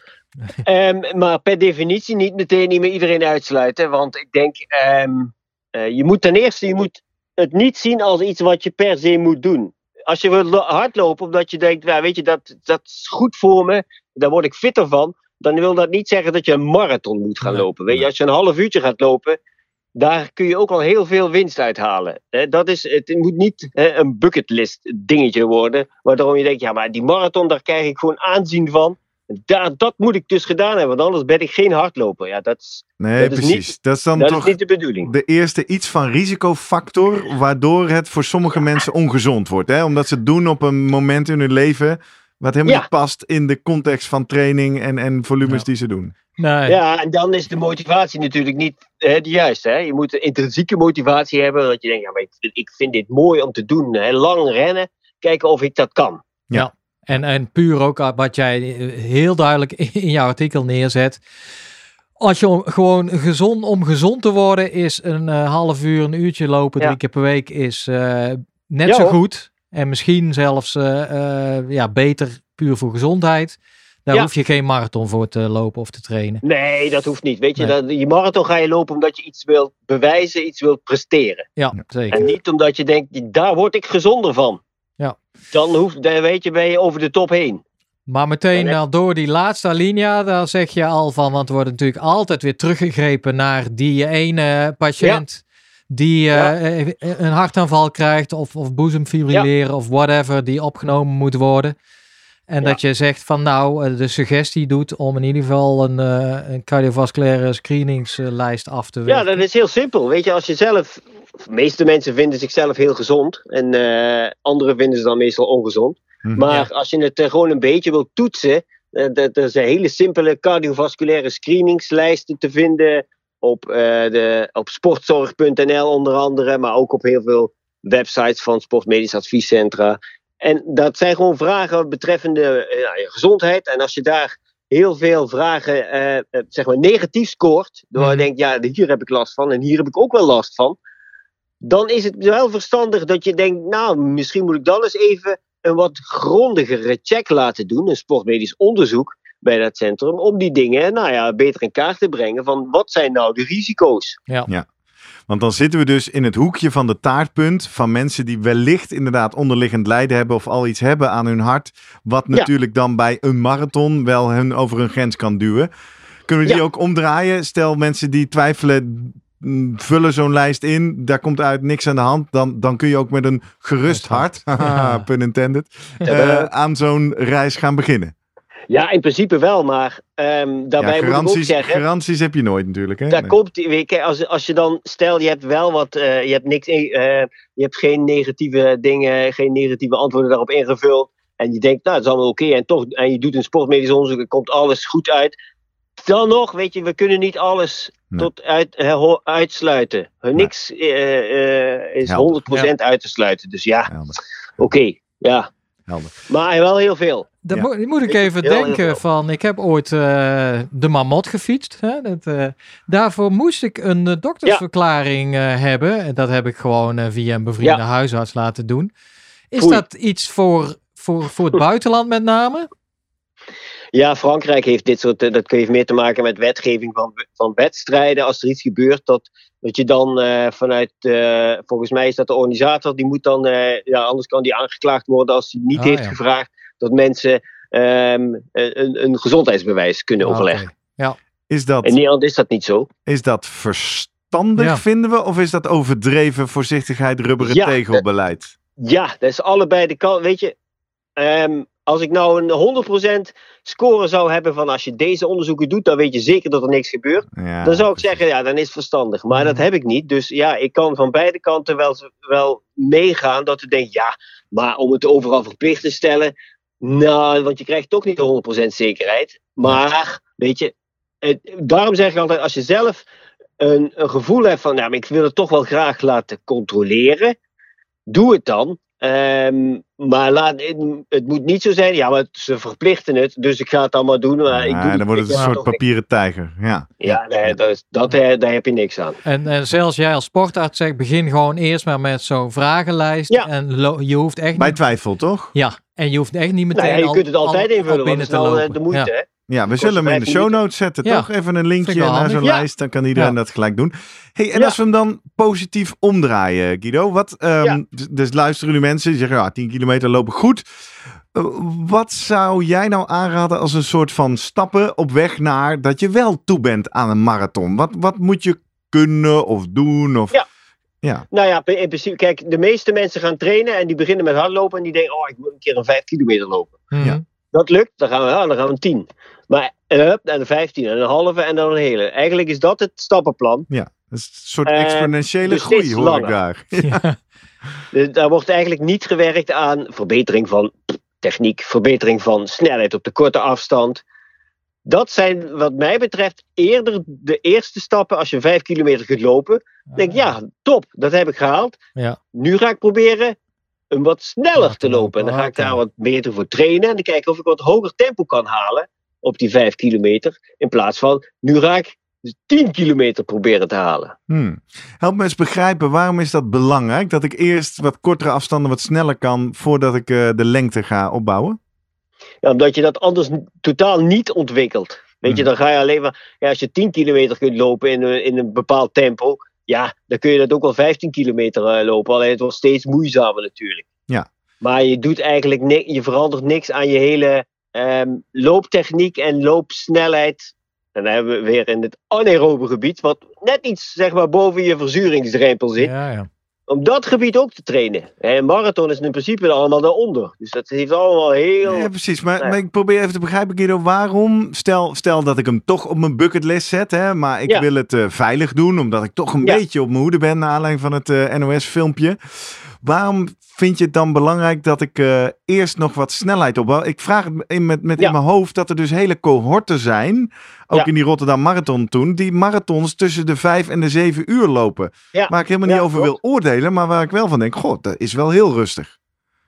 Speaker 5: um, maar per definitie niet meteen niet meer iedereen uitsluiten. Want ik denk, um, uh, je moet ten eerste je moet het niet zien als iets wat je per se moet doen. Als je wil hardlopen omdat je denkt, ja, weet je, dat, dat is goed voor me, daar word ik fitter van, dan wil dat niet zeggen dat je een marathon moet gaan lopen. Weet je, als je een half uurtje gaat lopen, daar kun je ook al heel veel winst uithalen. Dat is, het moet niet een bucketlist dingetje worden, waardoor je denkt, ja, maar die marathon, daar krijg ik gewoon aanzien van. Daar, dat moet ik dus gedaan hebben, want anders ben ik geen hardloper. Ja, dat is,
Speaker 1: nee,
Speaker 5: dat is
Speaker 1: precies.
Speaker 5: Niet,
Speaker 1: dat is dan
Speaker 5: dat
Speaker 1: toch
Speaker 5: is niet de bedoeling.
Speaker 1: De eerste iets van risicofactor, waardoor het voor sommige mensen ongezond wordt. Hè? Omdat ze het doen op een moment in hun leven wat helemaal ja. niet past in de context van training en, en volumes ja. die ze doen.
Speaker 2: Nee.
Speaker 5: Ja, en dan is de motivatie natuurlijk niet hè, de juiste. Hè? Je moet een intrinsieke motivatie hebben, dat je denkt, ja, maar ik, ik vind dit mooi om te doen. Hè? Lang rennen, kijken of ik dat kan.
Speaker 2: Ja. ja. En, en puur ook wat jij heel duidelijk in jouw artikel neerzet. Als je gewoon gezond, om gezond te worden, is een uh, half uur, een uurtje lopen, ja. drie keer per week, is uh, net ja, zo goed. En misschien zelfs uh, uh, ja, beter puur voor gezondheid. Daar ja. hoef je geen marathon voor te lopen of te trainen.
Speaker 5: Nee, dat hoeft niet. Weet je,
Speaker 2: nee.
Speaker 5: dat, je marathon ga je lopen omdat je iets wilt bewijzen, iets wilt presteren.
Speaker 2: Ja, zeker.
Speaker 5: En niet omdat je denkt, daar word ik gezonder van.
Speaker 2: Ja.
Speaker 5: Dan, hoeft, dan weet je, ben je over de top heen.
Speaker 2: Maar meteen al door die laatste alinea, daar zeg je al van, want er wordt natuurlijk altijd weer teruggegrepen naar die ene patiënt ja. die uh, ja. een hartaanval krijgt of, of boezemfibrilleren ja. of whatever, die opgenomen moet worden. En ja. dat je zegt van nou, de suggestie doet om in ieder geval een, uh, een cardiovasculaire screeningslijst af te werken.
Speaker 5: Ja, dat is heel simpel. Weet je, als je zelf, de meeste mensen vinden zichzelf heel gezond en uh, anderen vinden ze dan meestal ongezond. Mm, maar ja. als je het uh, gewoon een beetje wilt toetsen, uh, er zijn hele simpele cardiovasculaire screeningslijsten te vinden op, uh, de, op sportzorg punt n l onder andere, maar ook op heel veel websites van sportmedisch adviescentra. En dat zijn gewoon vragen betreffende uh, je gezondheid. En als je daar heel veel vragen uh, uh, zeg maar negatief scoort, door mm. je denkt, ja, hier heb ik last van en hier heb ik ook wel last van, dan is het wel verstandig dat je denkt, nou, misschien moet ik dan eens even een wat grondigere check laten doen, een sportmedisch onderzoek, bij dat centrum, om die dingen nou ja, beter in kaart te brengen van wat zijn nou de risico's.
Speaker 2: Ja.
Speaker 1: ja. Want dan zitten we dus in het hoekje van de taartpunt van mensen die wellicht inderdaad onderliggend lijden hebben of al iets hebben aan hun hart, wat natuurlijk ja. dan bij een marathon wel hun over hun grens kan duwen. Kunnen we die ja. ook omdraaien? Stel mensen die twijfelen, vullen zo'n lijst in, daar komt uit niks aan de hand, dan, dan kun je ook met een gerust hart, haha, pun intended, uh, aan zo'n reis gaan beginnen.
Speaker 5: Ja, in principe wel, maar um, daarbij
Speaker 1: ja,
Speaker 5: moet ik ook zeggen...
Speaker 1: Garanties heb je nooit natuurlijk. Hè?
Speaker 5: Daar
Speaker 1: nee.
Speaker 5: komt, weet je, als, als je dan, stel je hebt wel wat, uh, je hebt niks, uh, je hebt geen negatieve dingen, geen negatieve antwoorden daarop ingevuld. En je denkt, nou, het is allemaal oké. Okay, en toch, en je doet een sportmedisch onderzoek, er komt alles goed uit. Dan nog, weet je, we kunnen niet alles nee. tot uit, uh, uitsluiten. Nee. Niks uh, uh, is Helder. honderd procent ja. uit te sluiten. Dus ja, oké, okay, ja.
Speaker 1: Helder.
Speaker 5: Maar wel heel veel.
Speaker 2: Dan ja. moet ik even heel, denken heel van, ik heb ooit uh, de Marmot gefietst. Hè? Dat, uh, daarvoor moest ik een uh, doktersverklaring uh, hebben. En dat heb ik gewoon uh, via een bevriende ja. huisarts laten doen. Is Oei. dat iets voor, voor, voor het buitenland met name?
Speaker 5: Ja, Frankrijk heeft dit soort, dat heeft meer te maken met wetgeving van, van wedstrijden. Als er iets gebeurt, dat, dat je dan uh, vanuit, uh, volgens mij is dat de organisator, die moet dan, uh, ja, anders kan die aangeklaagd worden als hij niet oh, heeft ja. gevraagd dat mensen um, een, een gezondheidsbewijs kunnen oh, overleggen.
Speaker 2: Okay. Ja.
Speaker 1: Is dat,
Speaker 5: in Nederland is dat niet zo.
Speaker 1: Is dat verstandig, ja. vinden we? Of is dat overdreven voorzichtigheid, rubberen ja, tegelbeleid?
Speaker 5: Dat, ja, dat is allebei de kant. Weet je, um, als ik nou een honderd procent score zou hebben van als je deze onderzoeken doet, dan weet je zeker dat er niks gebeurt. Ja, dan zou ik precies. zeggen, ja, dan is het verstandig. Maar dat heb ik niet. Dus ja, ik kan van beide kanten wel, wel meegaan dat ik denk, ja, maar om het overal verplicht te stellen, nou, want je krijgt toch niet de honderd procent zekerheid. Maar, weet je, het, daarom zeg ik altijd, als je zelf een, een gevoel hebt van, nou, maar ik wil het toch wel graag laten controleren, doe het dan. Um, maar laat, het, het moet niet zo zijn, ja, maar ze verplichten het, dus ik ga het allemaal doen. Maar
Speaker 1: ja,
Speaker 5: ik doe
Speaker 1: dan wordt het een soort papieren ik... tijger. Ja,
Speaker 5: ja nee, dat is, dat, daar heb je niks aan.
Speaker 2: En, en zelfs jij als sportarts zegt, begin gewoon eerst maar met zo'n vragenlijst.
Speaker 5: Ja.
Speaker 2: En lo- je hoeft echt
Speaker 1: Bij
Speaker 2: niet...
Speaker 1: twijfel, toch?
Speaker 2: Ja, en je hoeft echt niet meteen
Speaker 5: nou ja, je kunt het altijd
Speaker 2: al,
Speaker 5: invullen,
Speaker 2: al
Speaker 5: want het is nou de moeite,
Speaker 2: ja.
Speaker 5: hè?
Speaker 1: Ja, we zullen hem in de show notes zetten, ja. toch? Even een linkje naar zo'n
Speaker 5: ja.
Speaker 1: lijst, dan kan iedereen ja. dat gelijk doen. Hey, en
Speaker 5: ja.
Speaker 1: als we hem dan positief omdraaien, Guido. Wat, um, ja. Dus luisteren jullie mensen die zeggen, ja, tien kilometer lopen goed. Uh, wat zou jij nou aanraden als een soort van stappen op weg naar dat je wel toe bent aan een marathon? Wat, wat moet je kunnen of doen? Of...
Speaker 5: Ja.
Speaker 1: Ja.
Speaker 5: Nou ja, in principe, kijk, de meeste mensen gaan trainen en die beginnen met hardlopen en die denken, oh, ik moet een keer een vijf kilometer lopen.
Speaker 2: Mm-hmm.
Speaker 5: Ja. Dat lukt, dan gaan we, ja, dan gaan we een tien. Maar uh, en een vijftien, en een halve en dan een hele. Eigenlijk is dat het stappenplan.
Speaker 1: Ja, dat is een soort exponentiële uh, dus groei, hoor langer. ik daar. Ja.
Speaker 5: Dus daar wordt eigenlijk niet gewerkt aan verbetering van techniek, verbetering van snelheid op de korte afstand. Dat zijn wat mij betreft eerder de eerste stappen als je vijf kilometer kunt lopen. Dan denk ik, ja, top, dat heb ik gehaald.
Speaker 2: Ja.
Speaker 5: Nu ga ik proberen een wat sneller te lopen. En dan ga ik daar wat beter voor trainen. En dan kijken of ik wat hoger tempo kan halen op die vijf kilometer. In plaats van, nu ga ik tien kilometer proberen te halen.
Speaker 1: Hmm. Help me eens begrijpen, waarom is dat belangrijk? Dat ik eerst wat kortere afstanden wat sneller kan voordat ik uh, de lengte ga opbouwen?
Speaker 5: Ja, omdat je dat anders n- totaal niet ontwikkelt. Weet hmm. je, dan ga je alleen maar... Ja, als je tien kilometer kunt lopen in een, in een bepaald tempo... Ja, dan kun je dat ook wel vijftien kilometer uh, lopen. Alleen het wordt steeds moeizamer natuurlijk.
Speaker 1: Ja.
Speaker 5: Maar je doet eigenlijk ni- je verandert niks aan je hele um, looptechniek en loopsnelheid. En dan hebben we weer in het anaerobe gebied, wat net iets zeg maar boven je verzuringsdrempel zit.
Speaker 2: Ja, ja.
Speaker 5: Om dat gebied ook te trainen. Een marathon is in principe allemaal daaronder. Dus dat heeft allemaal heel...
Speaker 1: Ja, precies. Maar, nee. maar ik probeer even te begrijpen, Guido, waarom... Stel, stel dat ik hem toch op mijn bucketlist zet, hè, maar ik ja. wil het uh, veilig doen, omdat ik toch een ja. beetje op mijn hoede ben, naar aanleiding van het uh, N O S-filmpje. Waarom vind je het dan belangrijk dat ik uh, eerst nog wat snelheid opbouw? Ik vraag het in, met, met ja. in mijn hoofd dat er dus hele cohorten zijn, ook ja. in die Rotterdam Marathon toen, die marathons tussen de vijf en de zeven uur lopen. Ja. Waar ik helemaal niet ja, over klopt. wil oordelen, maar waar ik wel van denk, god, dat is wel heel rustig.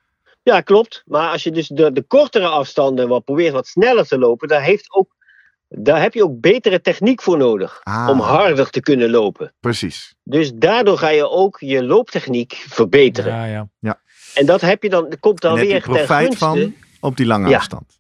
Speaker 5: Ja, klopt. Maar als je dus de, de kortere afstanden wat probeert wat sneller te lopen, daar, heeft ook, daar heb je ook betere techniek voor nodig. Ah. Om harder te kunnen lopen.
Speaker 1: Precies.
Speaker 5: Dus daardoor ga je ook je looptechniek verbeteren.
Speaker 2: Ja, ja.
Speaker 1: ja.
Speaker 5: En dat heb je dan, komt dan
Speaker 1: en
Speaker 5: weer
Speaker 1: heb je profijt van op die lange
Speaker 5: ja.
Speaker 1: afstand.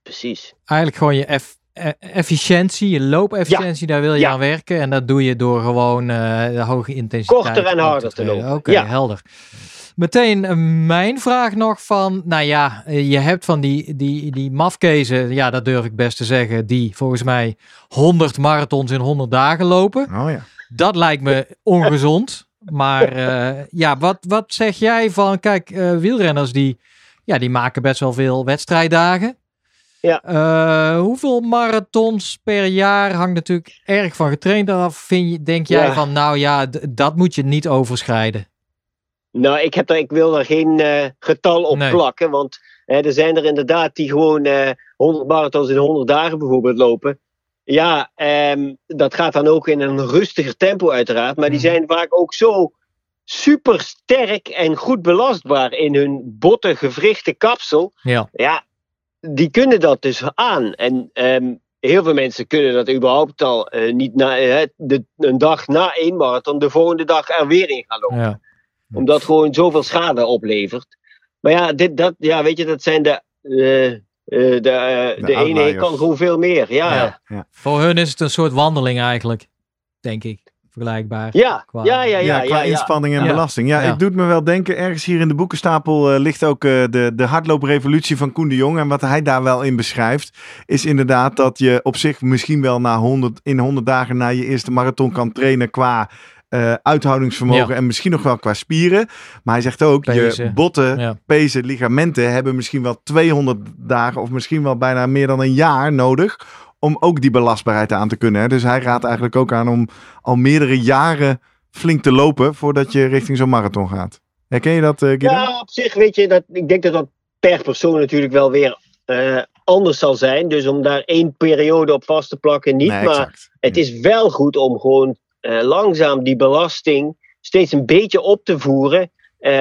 Speaker 5: precies.
Speaker 2: Eigenlijk gewoon je eff, e- efficiëntie, je loopefficiëntie, ja. daar wil je ja. aan werken. En dat doe je door gewoon uh, de hoge intensiteit.
Speaker 5: Korter en harder te, te lopen.
Speaker 2: Oké, okay, ja. helder. Meteen uh, mijn vraag nog van, nou ja, uh, je hebt van die, die, die mafkezen, ja, dat durf ik best te zeggen, die volgens mij honderd marathons in honderd dagen lopen.
Speaker 1: Oh ja.
Speaker 2: Dat lijkt me ongezond. Maar uh, ja, wat, wat zeg jij van, kijk, uh, wielrenners die, ja, die maken best wel veel wedstrijddagen.
Speaker 5: Ja.
Speaker 2: Uh, hoeveel marathons per jaar hangt natuurlijk erg van getraind af. Vind je, denk jij ja. van, nou ja, d- dat moet je niet overschrijden?
Speaker 5: Nou, ik, heb daar, ik wil daar geen uh, getal op nee. plakken. Want uh, er zijn er inderdaad die gewoon uh, honderd marathons in honderd dagen bijvoorbeeld lopen. Ja, um, dat gaat dan ook in een rustiger tempo uiteraard. Maar die zijn vaak ook zo super sterk en goed belastbaar in hun botte gewrichte kapsel.
Speaker 2: Ja.
Speaker 5: Ja, die kunnen dat dus aan. En um, heel veel mensen kunnen dat überhaupt al uh, niet na, uh, de, een dag na één marathon de volgende dag er weer in gaan lopen.
Speaker 2: Ja.
Speaker 5: Omdat gewoon zoveel schade oplevert. Maar ja, dit, dat, ja weet je, dat zijn de... Uh, uh, de uh, de, de ene kan gewoon veel meer. Ja.
Speaker 2: Ja. Ja. Voor hun is het een soort wandeling eigenlijk, denk ik. Vergelijkbaar.
Speaker 5: Ja,
Speaker 2: qua...
Speaker 5: ja, ja, ja,
Speaker 1: ja, qua
Speaker 5: ja, ja.
Speaker 1: inspanning en
Speaker 2: ja.
Speaker 1: belasting. Ja,
Speaker 2: ja,
Speaker 1: het doet me wel denken, ergens hier in de boekenstapel uh, ligt ook uh, de, de hardlooprevolutie van Koen de Jong. En wat hij daar wel in beschrijft, is inderdaad dat je op zich misschien wel na honderd, in honderd dagen na je eerste marathon kan trainen qua uh, uithoudingsvermogen ja. en misschien nog wel qua spieren. Maar hij zegt ook, pezen. je botten, ja. pezen, ligamenten hebben misschien wel tweehonderd dagen of misschien wel bijna meer dan een jaar nodig om ook die belastbaarheid aan te kunnen. Hè? Dus hij raadt eigenlijk ook aan om al meerdere jaren flink te lopen voordat je richting zo'n marathon gaat. Herken je dat, uh, Guido?
Speaker 5: Ja, op zich weet je, dat, ik denk dat dat per persoon natuurlijk wel weer uh, anders zal zijn. Dus om daar één periode op vast te plakken, niet. Nee, maar exact. Het ja. is wel goed om gewoon uh, langzaam die belasting steeds een beetje op te voeren.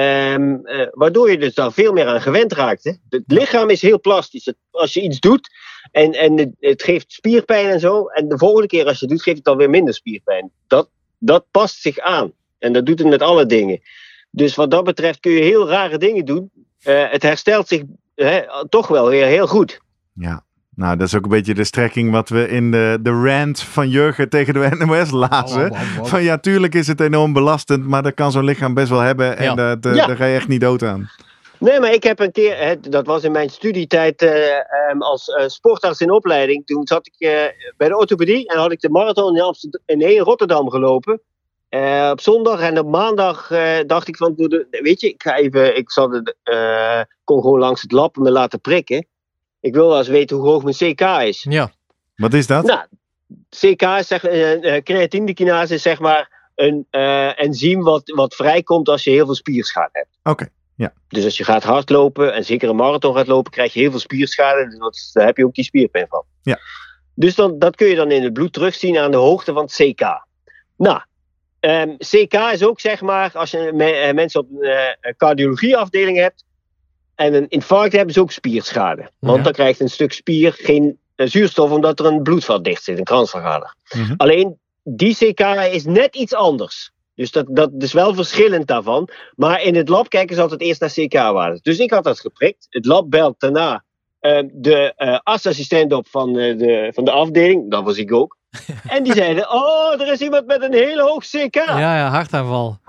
Speaker 5: Um, uh, waardoor je dus daar veel meer aan gewend raakt. Hè? Het lichaam is heel plastisch. Het, als je iets doet en, en het, het geeft spierpijn en zo. En de volgende keer als je het doet, geeft het alweer minder spierpijn. Dat, dat past zich aan. En dat doet het met alle dingen. Dus wat dat betreft kun je heel rare dingen doen. Uh, het herstelt zich hè, toch wel weer heel goed.
Speaker 1: Ja. Nou, dat is ook een beetje de strekking wat we in de, de rant van Jurgen tegen de N O S lazen. Oh, oh, oh, oh. Van ja, tuurlijk is het enorm belastend, maar dat kan zo'n lichaam best wel hebben. En ja. uh, de, ja. daar ga je echt niet dood aan.
Speaker 5: Nee, maar ik heb een keer, hè, dat was in mijn studietijd uh, um, als uh, sportarts in opleiding. Toen zat ik uh, bij de orthopedie en had ik de marathon in, Amsterdam, in Rotterdam gelopen. Uh, op zondag en op maandag uh, dacht ik van, weet je, ik ga even, ik zat het, uh, kon gewoon langs het lab me laten prikken. Ik wil wel eens weten hoe hoog mijn C K is.
Speaker 2: Ja.
Speaker 1: Wat is dat?
Speaker 5: Nou, C K is zeg, uh, uh, creatinekinase is zeg maar een uh, enzym wat, wat vrijkomt als je heel veel spierschade hebt.
Speaker 1: Oké, okay. ja.
Speaker 5: Dus als je gaat hardlopen en zeker een marathon gaat lopen, krijg je heel veel spierschade. Dus daar heb je ook die spierpijn van.
Speaker 1: Ja.
Speaker 5: Dus dan, dat kun je dan in het bloed terugzien aan de hoogte van het C K. Nou, um, C K is ook zeg maar, als je me, uh, mensen op een uh, cardiologieafdeling hebt, en een infarct hebben ze ook spierschade. Want ja. dan krijgt een stuk spier geen uh, zuurstof omdat er een bloedvat dicht zit, een kransvergader. Mm-hmm. Alleen die C K is net iets anders. Dus dat, dat is wel verschillend daarvan. Maar in het lab kijken ze altijd eerst naar C K-waarden. Dus ik had dat geprikt. Het lab belt daarna uh, de uh, artsassistent op van, uh, de, van de afdeling. Dat was ik ook. En die zeiden, oh, er is iemand met een heel hoog C K.
Speaker 2: Ja, ja, hartaanval.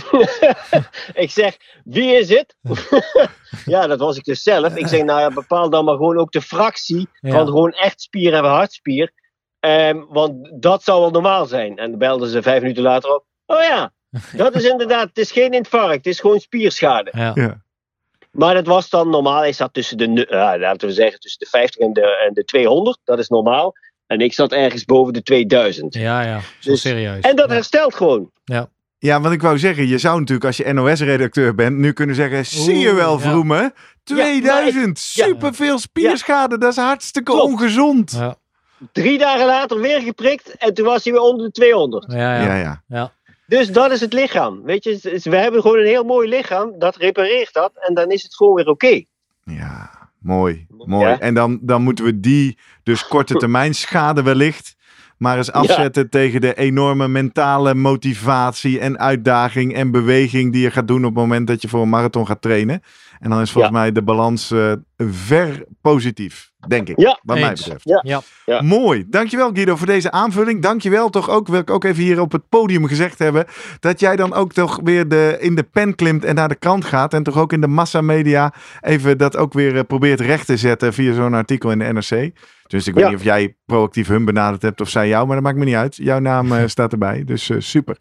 Speaker 5: Ik zeg, wie is het? Ja, dat was ik dus zelf. Ik zeg, nou ja, bepaal dan maar gewoon ook de fractie ja. van gewoon echt spier en hartspier. Um, want dat zou wel normaal zijn. En dan belden ze vijf minuten later op. Oh ja, dat is inderdaad, het is geen infarct, het is gewoon spierschade.
Speaker 2: Ja. Ja.
Speaker 5: Maar dat was dan normaal, hij zat tussen de, uh, laten we zeggen, tussen de vijftig en de, en de tweehonderd. Dat is normaal. En ik zat ergens boven de tweeduizend.
Speaker 2: Ja, ja, zo dus, serieus.
Speaker 5: En dat
Speaker 2: ja.
Speaker 5: herstelt gewoon.
Speaker 2: Ja.
Speaker 1: Ja, want ik wou zeggen, je zou natuurlijk als je N O S-redacteur bent, nu kunnen zeggen, zie je wel, Vroemen, ja. tweeduizend, ja, superveel spierschade, ja. dat is hartstikke Klopt. ongezond.
Speaker 2: Ja.
Speaker 5: Drie dagen later weer geprikt en toen was hij weer onder de tweehonderd.
Speaker 2: Ja, ja.
Speaker 1: ja, ja.
Speaker 2: ja.
Speaker 5: Dus dat is het lichaam. Weet je, we hebben gewoon een heel mooi lichaam, dat repareert dat en dan is het gewoon weer oké. Okay.
Speaker 1: Ja, mooi, mooi.
Speaker 5: Ja.
Speaker 1: En dan, dan moeten we die, dus korte termijn schade wellicht, maar eens afzetten ja. tegen de enorme mentale motivatie en uitdaging en beweging die je gaat doen op het moment dat je voor een marathon gaat trainen. En dan is volgens ja. mij de balans uh, ver positief, denk ik.
Speaker 5: Ja,
Speaker 1: wat mij
Speaker 2: eens.
Speaker 1: betreft.
Speaker 5: Ja.
Speaker 2: Ja.
Speaker 5: Ja.
Speaker 1: Mooi. Dankjewel Guido voor deze aanvulling. Dankjewel toch ook, wil ik ook even hier op het podium gezegd hebben, dat jij dan ook toch weer de, in de pen klimt en naar de krant gaat. En toch ook in de massamedia even dat ook weer uh, probeert recht te zetten via zo'n artikel in de N R C. Dus ik weet ja. niet of jij proactief hun benaderd hebt of zij jou, maar dat maakt me niet uit. Jouw naam uh, staat erbij, dus uh, super.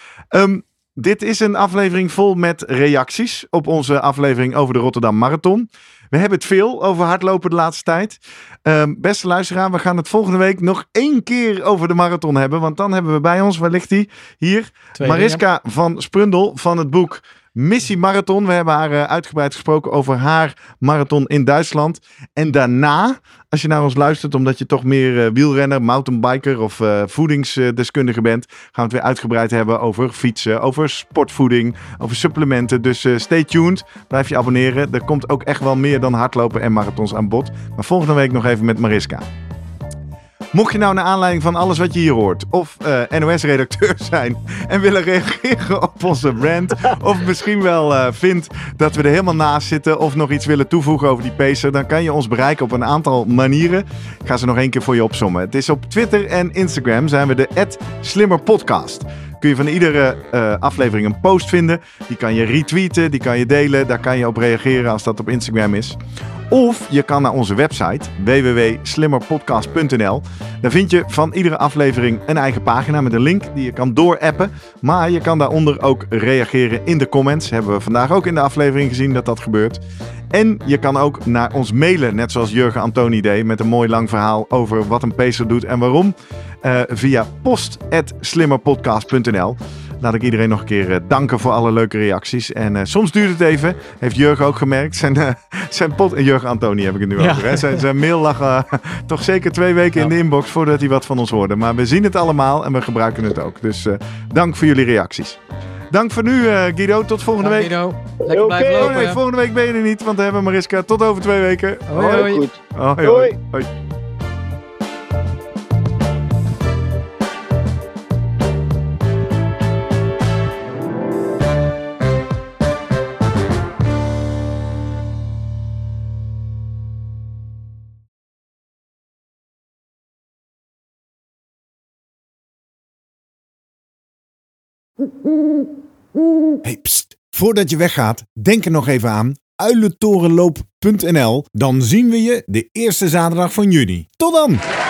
Speaker 1: Um, dit is een aflevering vol met reacties op onze aflevering over de Rotterdam Marathon. We hebben het veel over hardlopen de laatste tijd. Um, beste luisteraar, we gaan het volgende week nog één keer over de marathon hebben. Want dan hebben we bij ons, waar ligt die? Hier, Tweede, Mariska ja. van Sprundel van het boek Missie Marathon. We hebben haar uh, uitgebreid gesproken over haar marathon in Duitsland. En daarna, als je naar ons luistert, omdat je toch meer uh, wielrenner, mountainbiker of uh, voedingsdeskundige bent, gaan we het weer uitgebreid hebben over fietsen, over sportvoeding, over supplementen. Dus uh, stay tuned, blijf je abonneren. Er komt ook echt wel meer dan hardlopen en marathons aan bod. Maar volgende week nog even met Mariska. Mocht je nou naar aanleiding van alles wat je hier hoort, of uh, N O S-redacteur zijn en willen reageren op onze brand, of misschien wel uh, vindt dat we er helemaal naast zitten, of nog iets willen toevoegen over die pacer, dan kan je ons bereiken op een aantal manieren. Ik ga ze nog één keer voor je opsommen. Het is op Twitter en Instagram zijn we de at slimmerpodcast. Kun je van iedere uh, aflevering een post vinden. Die kan je retweeten, die kan je delen. Daar kan je op reageren als dat op Instagram is. Of je kan naar onze website w w w punt slimmerpodcast punt n l. Daar vind je van iedere aflevering een eigen pagina met een link die je kan doorappen. Maar je kan daaronder ook reageren in de comments. Hebben we vandaag ook in de aflevering gezien dat dat gebeurt. En je kan ook naar ons mailen, net zoals Jurgen Antoni deed, met een mooi lang verhaal over wat een pacer doet en waarom. Uh, via post at slimmerpodcast punt n l. Laat ik iedereen nog een keer uh, danken voor alle leuke reacties. En uh, soms duurt het even. Heeft Jurgen ook gemerkt. Zijn, uh, zijn pot... En Jurgen Antoni heb ik het nu ja. over. Hè? Zijn, zijn mail lag uh, toch zeker twee weken ja. in de inbox voordat hij wat van ons hoorde. Maar we zien het allemaal en we gebruiken het ook. Dus uh, dank voor jullie reacties. Dank voor nu uh, Guido. Tot volgende
Speaker 2: Dank,
Speaker 1: week.
Speaker 2: Guido. Lekker okay. blijven lopen.
Speaker 1: Oh, nee, volgende week ben je er niet, want we hebben Mariska. Tot over twee weken.
Speaker 2: Hoi, hoi. hoi.
Speaker 5: Goed.
Speaker 1: Hoi, hoi. hoi. Hey, pst. Voordat je weggaat, denk er nog even aan uilentorenloop punt n l. Dan zien we je de eerste zaterdag van juni. Tot dan!